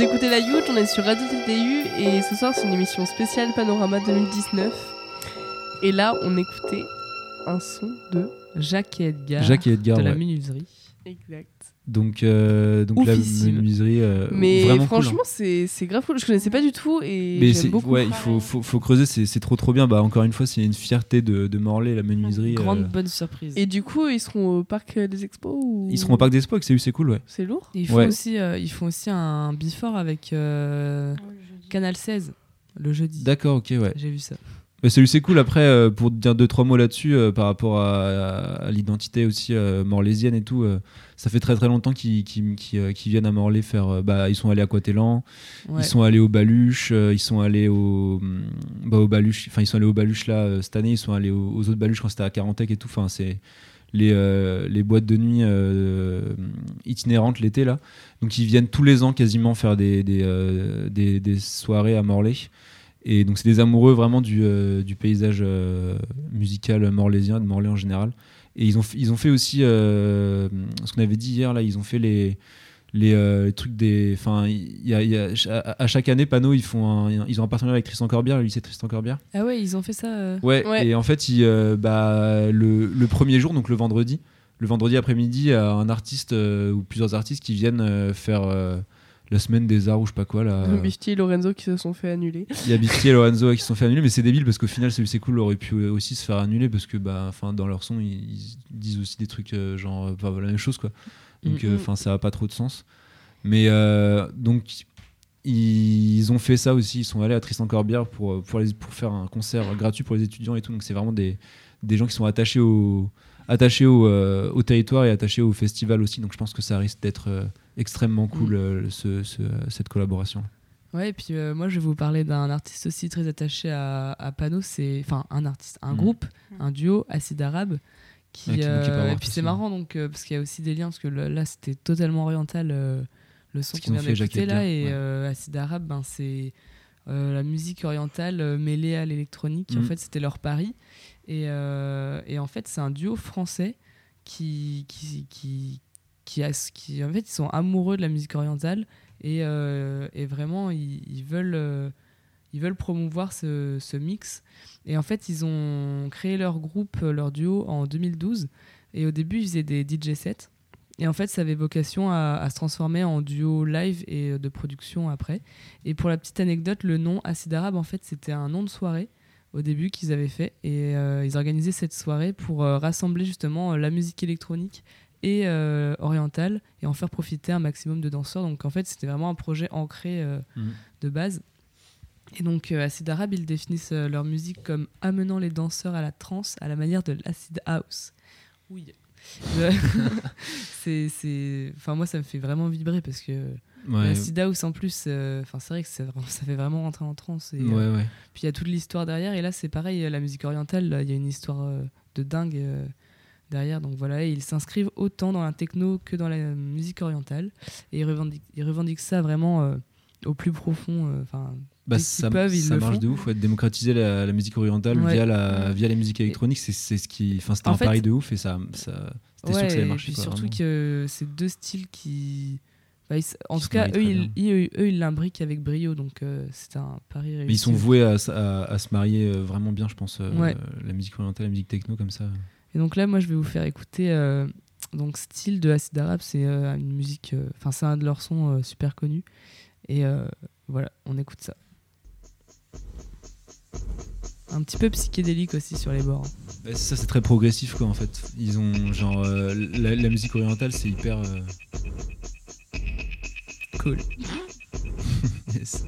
Vous écoutez La Youth, on est sur Radio TTU et ce soir c'est une émission spéciale Panorama 2019. Et là on écoutait un son de Jacques et Edgar, de la menuiserie. Exact. Donc la Oufissime. menuiserie, Mais vraiment franchement cool, hein. c'est grave cool, je connaissais pas du tout et Mais j'aime beaucoup. ouais, il faut creuser, c'est trop bien. Bah encore une fois, c'est une fierté de Morlaix, la menuiserie. Grande bonne surprise. Et du coup ils seront au parc des expos ou... Ils seront au parc des expos, c'est cool, ouais. C'est lourd. Et ils font Ouais. aussi un before avec Canal 16 le jeudi. D'accord, ok, ouais. J'ai vu ça. Bah, celui c'est cool. Après, pour te dire 2-3 mots là-dessus, par rapport à l'identité aussi morlaisienne et tout, ça fait très longtemps qu'ils viennent à Morlaix faire. Ils sont allés à Coëtlan, Ouais. ils sont allés au Baluche, ils sont allés au Baluche. Enfin, ils sont allés au Baluche là cette année. Ils sont allés aux autres Baluches quand c'était à Carantec et tout. Enfin, c'est les boîtes de nuit itinérantes l'été là. Donc ils viennent tous les ans quasiment faire des soirées à Morlaix. Et donc c'est des amoureux vraiment du paysage musical morlaisien, de Morlaix en général. Et ils ont fait aussi ce qu'on avait dit hier là, ils ont fait les trucs des, enfin à chaque année Pano ils ont un partenariat avec Tristan Corbière, le lycée Tristan Corbière. Ah ouais, ils ont fait ça. Ouais. Et en fait le premier jour, donc le vendredi après-midi, il y a un artiste ou plusieurs artistes qui viennent faire la semaine des arts ou je sais pas quoi là. Bifty et Lorenzo qui se sont fait annuler. Il y a Bifty et Lorenzo qui se sont fait annuler, mais c'est débile parce qu'au final celui c'est cool aurait pu aussi se faire annuler parce que dans leur son ils disent aussi des trucs genre la même chose quoi. Donc ça a pas trop de sens. Mais donc ils ont fait ça aussi, ils sont allés à Tristan Corbière pour faire un concert gratuit pour les étudiants et tout. Donc c'est vraiment des gens qui sont attachés au territoire et attachés au festival aussi. Donc je pense que ça risque d'être extrêmement cool cette collaboration. Ouais, et puis moi je vais vous parler d'un artiste aussi très attaché à Pano, un groupe, un duo, Acide Arabe, et puis c'est marrant donc parce qu'il y a aussi des liens parce que là c'était totalement oriental le son qu'on vient d'écouter là et Acide Arabe c'est la musique orientale mêlée à l'électronique. En fait c'était leur pari et en fait c'est un duo français qui en fait ils sont amoureux de la musique orientale et vraiment ils veulent promouvoir ce mix. Et en fait ils ont créé leur groupe, leur duo en 2012 et au début ils faisaient des DJ sets et en fait ça avait vocation à se transformer en duo live et de production après. Et pour la petite anecdote, le nom Acide Arabe en fait c'était un nom de soirée au début qu'ils avaient fait et ils organisaient cette soirée pour rassembler justement la musique électronique et orientale et en faire profiter un maximum de danseurs. Donc en fait c'était vraiment un projet ancré de base. Et donc Acide Arabe ils définissent leur musique comme amenant les danseurs à la trance à la manière de l'acid house. Oui. Enfin moi ça me fait vraiment vibrer parce que l'acid house en plus c'est vrai que ça fait vraiment rentrer en transe et, puis il y a toute l'histoire derrière et là c'est pareil, la musique orientale il y a une histoire de dingue derrière, donc voilà, et ils s'inscrivent autant dans la techno que dans la musique orientale et ils revendiquent ça vraiment au plus profond. Ça marche de ouf, démocratiser la musique orientale via la musique électronique, c'est ce qui, c'était un pari de ouf et ça c'était sûr que ça allait marcher. Et puis surtout vraiment. Que c'est deux styles qui en tout cas eux ils l'imbriquent avec brio, donc c'est un pari réussi. Mais ils sont voués à se marier vraiment bien, je pense, la musique orientale, la musique techno comme ça. Et donc là moi je vais vous faire écouter donc style de Acide Arabe, c'est une musique, c'est un de leurs sons super connus et voilà, on écoute ça. Un petit peu psychédélique aussi sur les bords. Ça c'est très progressif quoi en fait. Ils ont genre la musique orientale c'est hyper cool. Yes.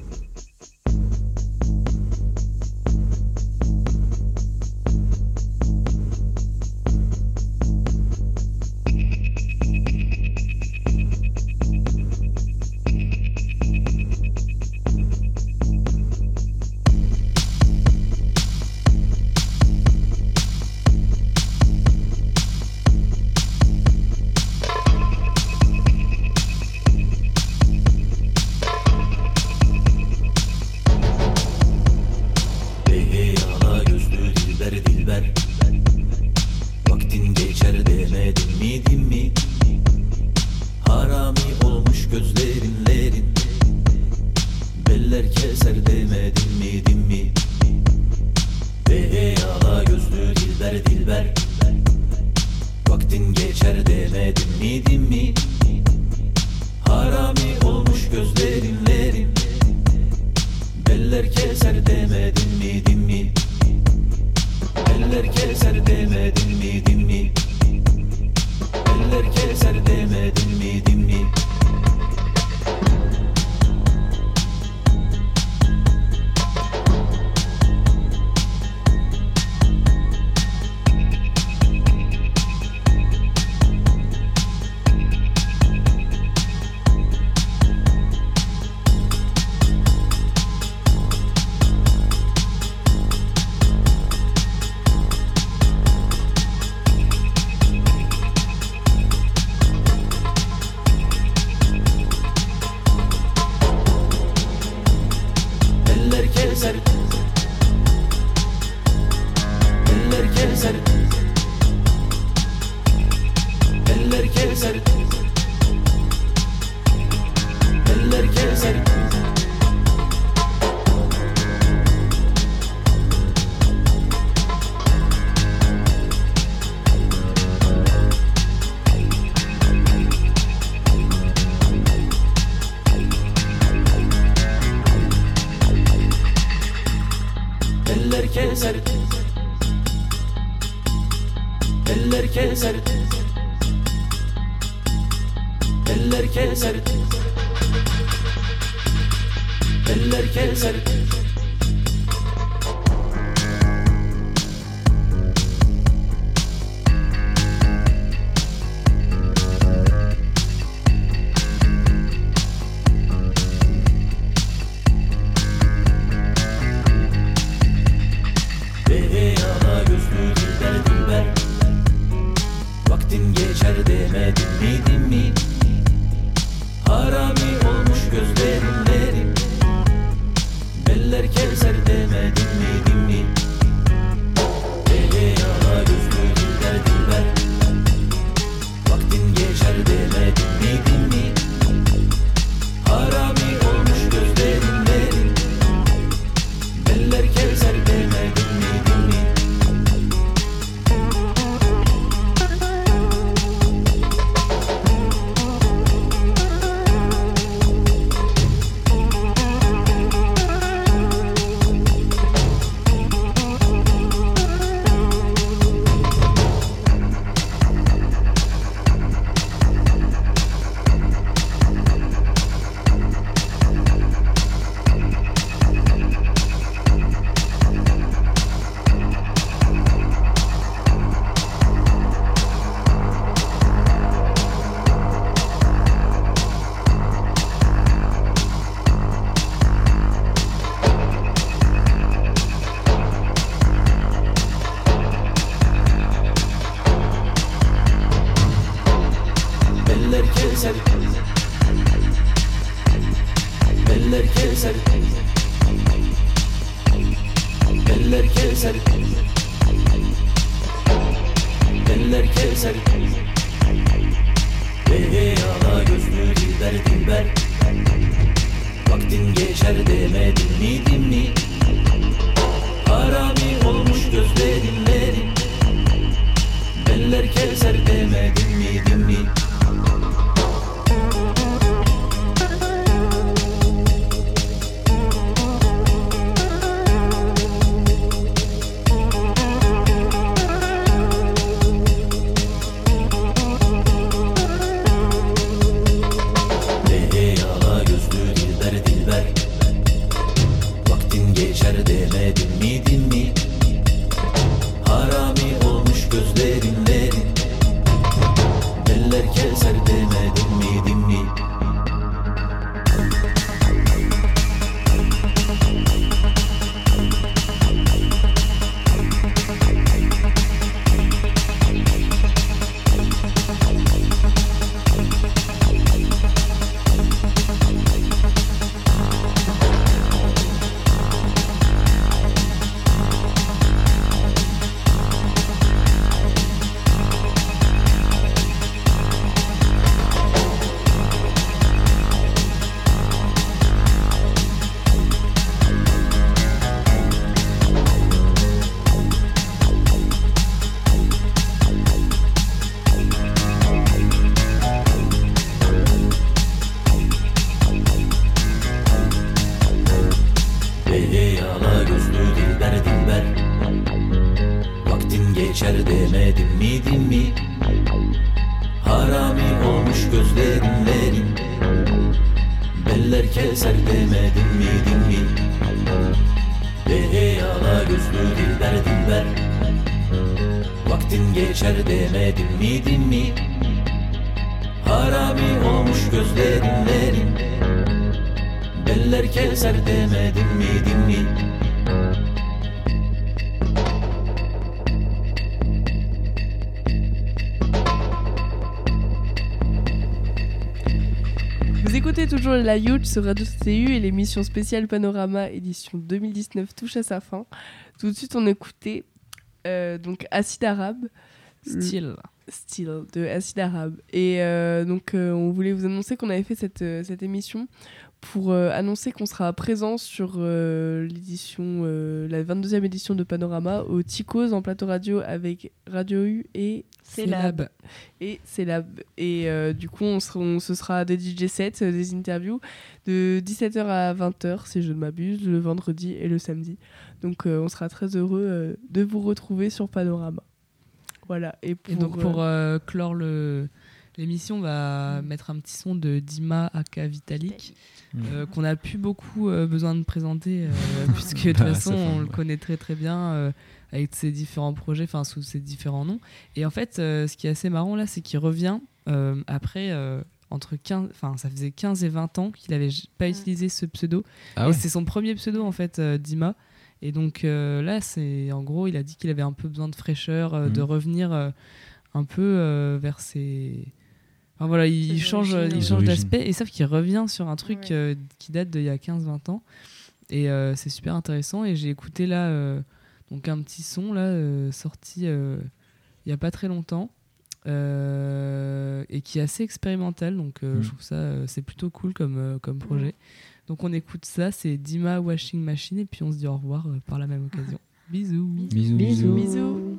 dilber dilber. Vaktin geçer demedim miydim mi? Harami olmuş gözlerimlerim. Beller keser demedim miydim mi? Beller keser demedim miydim mi? Beller keser demedim miydim mi? geçer demedim mi dinmi Harami olmuş gözlerin Beller keser demedim mi dinmi Yala gözlü dilber Vaktin geçer demedim mi dinmi Harami olmuş gözlerin Beller keser demedim mi dinmi Vous écoutez toujours La Youth sur Radio CU et l'émission spéciale Panorama édition 2019 touche à sa fin. Tout de suite on écoutait donc Acide Arabe. Style de Acide Arabe. Et on voulait vous annoncer qu'on avait fait cette émission pour annoncer qu'on sera présent sur l'édition, la 22e édition de Panorama au Ticos en plateau radio avec Radio U et Célab. Et du coup, ce sera des DJ sets, des interviews de 17h à 20h, si je ne m'abuse, le vendredi et le samedi. Donc, on sera très heureux de vous retrouver sur Panorama. Voilà. Et donc, pour clore l'émission, on va mettre un petit son de Dima aka Vitalik, qu'on n'a plus beaucoup besoin de présenter, puisque de toute façon, on le connaît très très bien. Avec ses différents projets, sous ses différents noms. Et en fait, ce qui est assez marrant là, c'est qu'il revient après entre 15, ça faisait 15 et 20 ans qu'il n'avait pas utilisé ce pseudo. Et c'est son premier pseudo en fait, Dima. Et donc là, en gros, il a dit qu'il avait un peu besoin de fraîcheur, de revenir un peu vers ses... Enfin voilà, il change d'aspect, et sauf qu'il revient sur un truc qui date d'il y a 15-20 ans. Et c'est super intéressant. Et j'ai écouté là... donc un petit son là sorti il y a pas très longtemps et qui est assez expérimental, donc je trouve ça c'est plutôt cool comme projet. Donc on écoute ça, c'est Dima Washing Machine, et puis on se dit au revoir par la même occasion. Bisous. Bisous.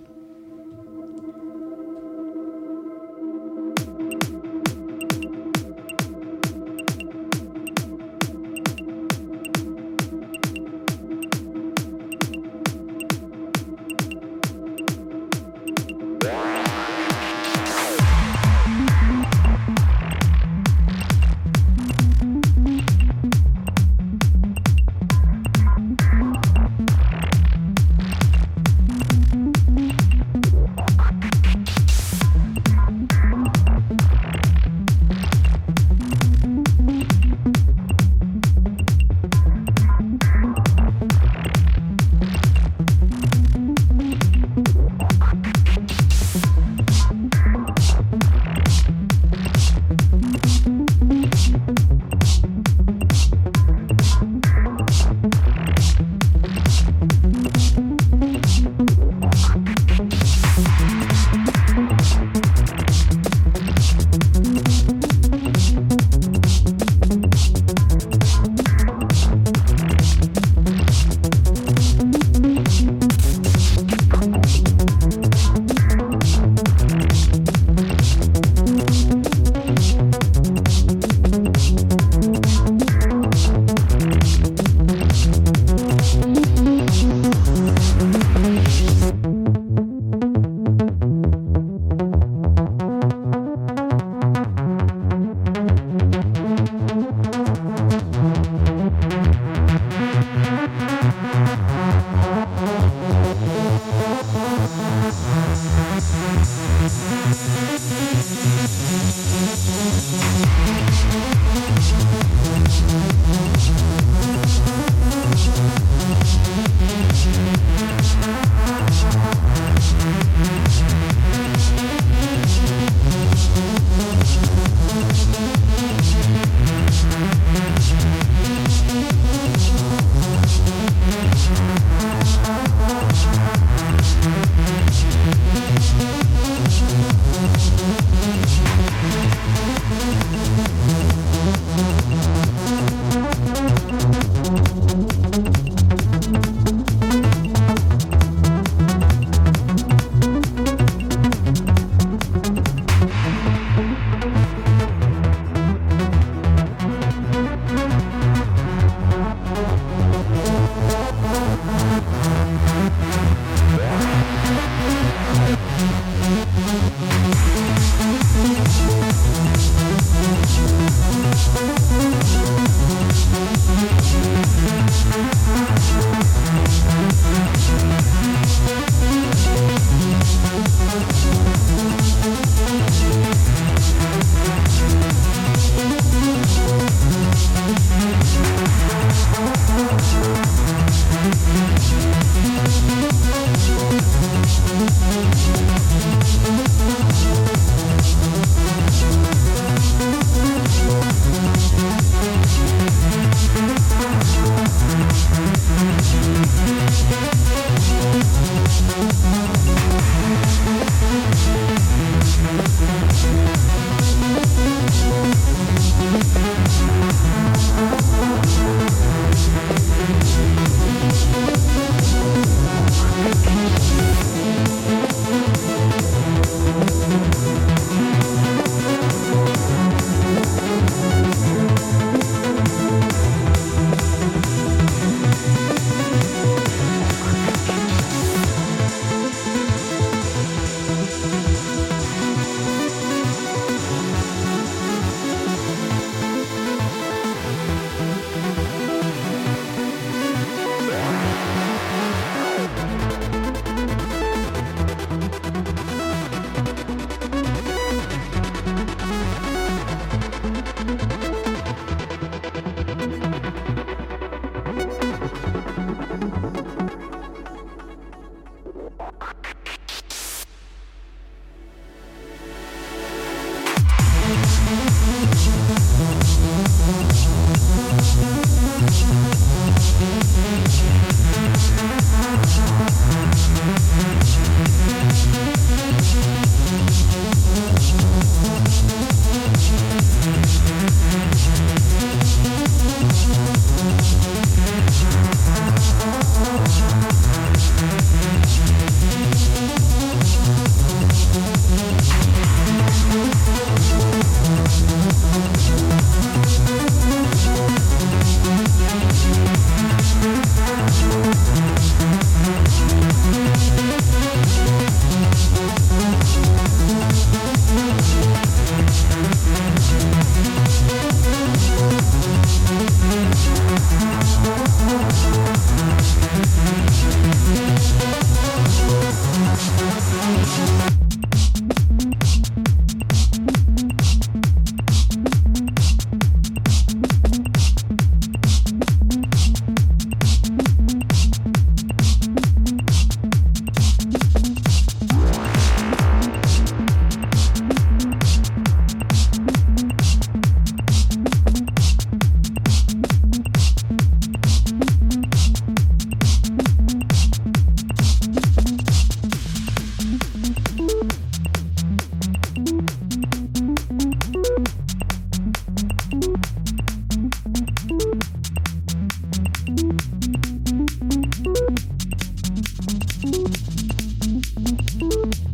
Thank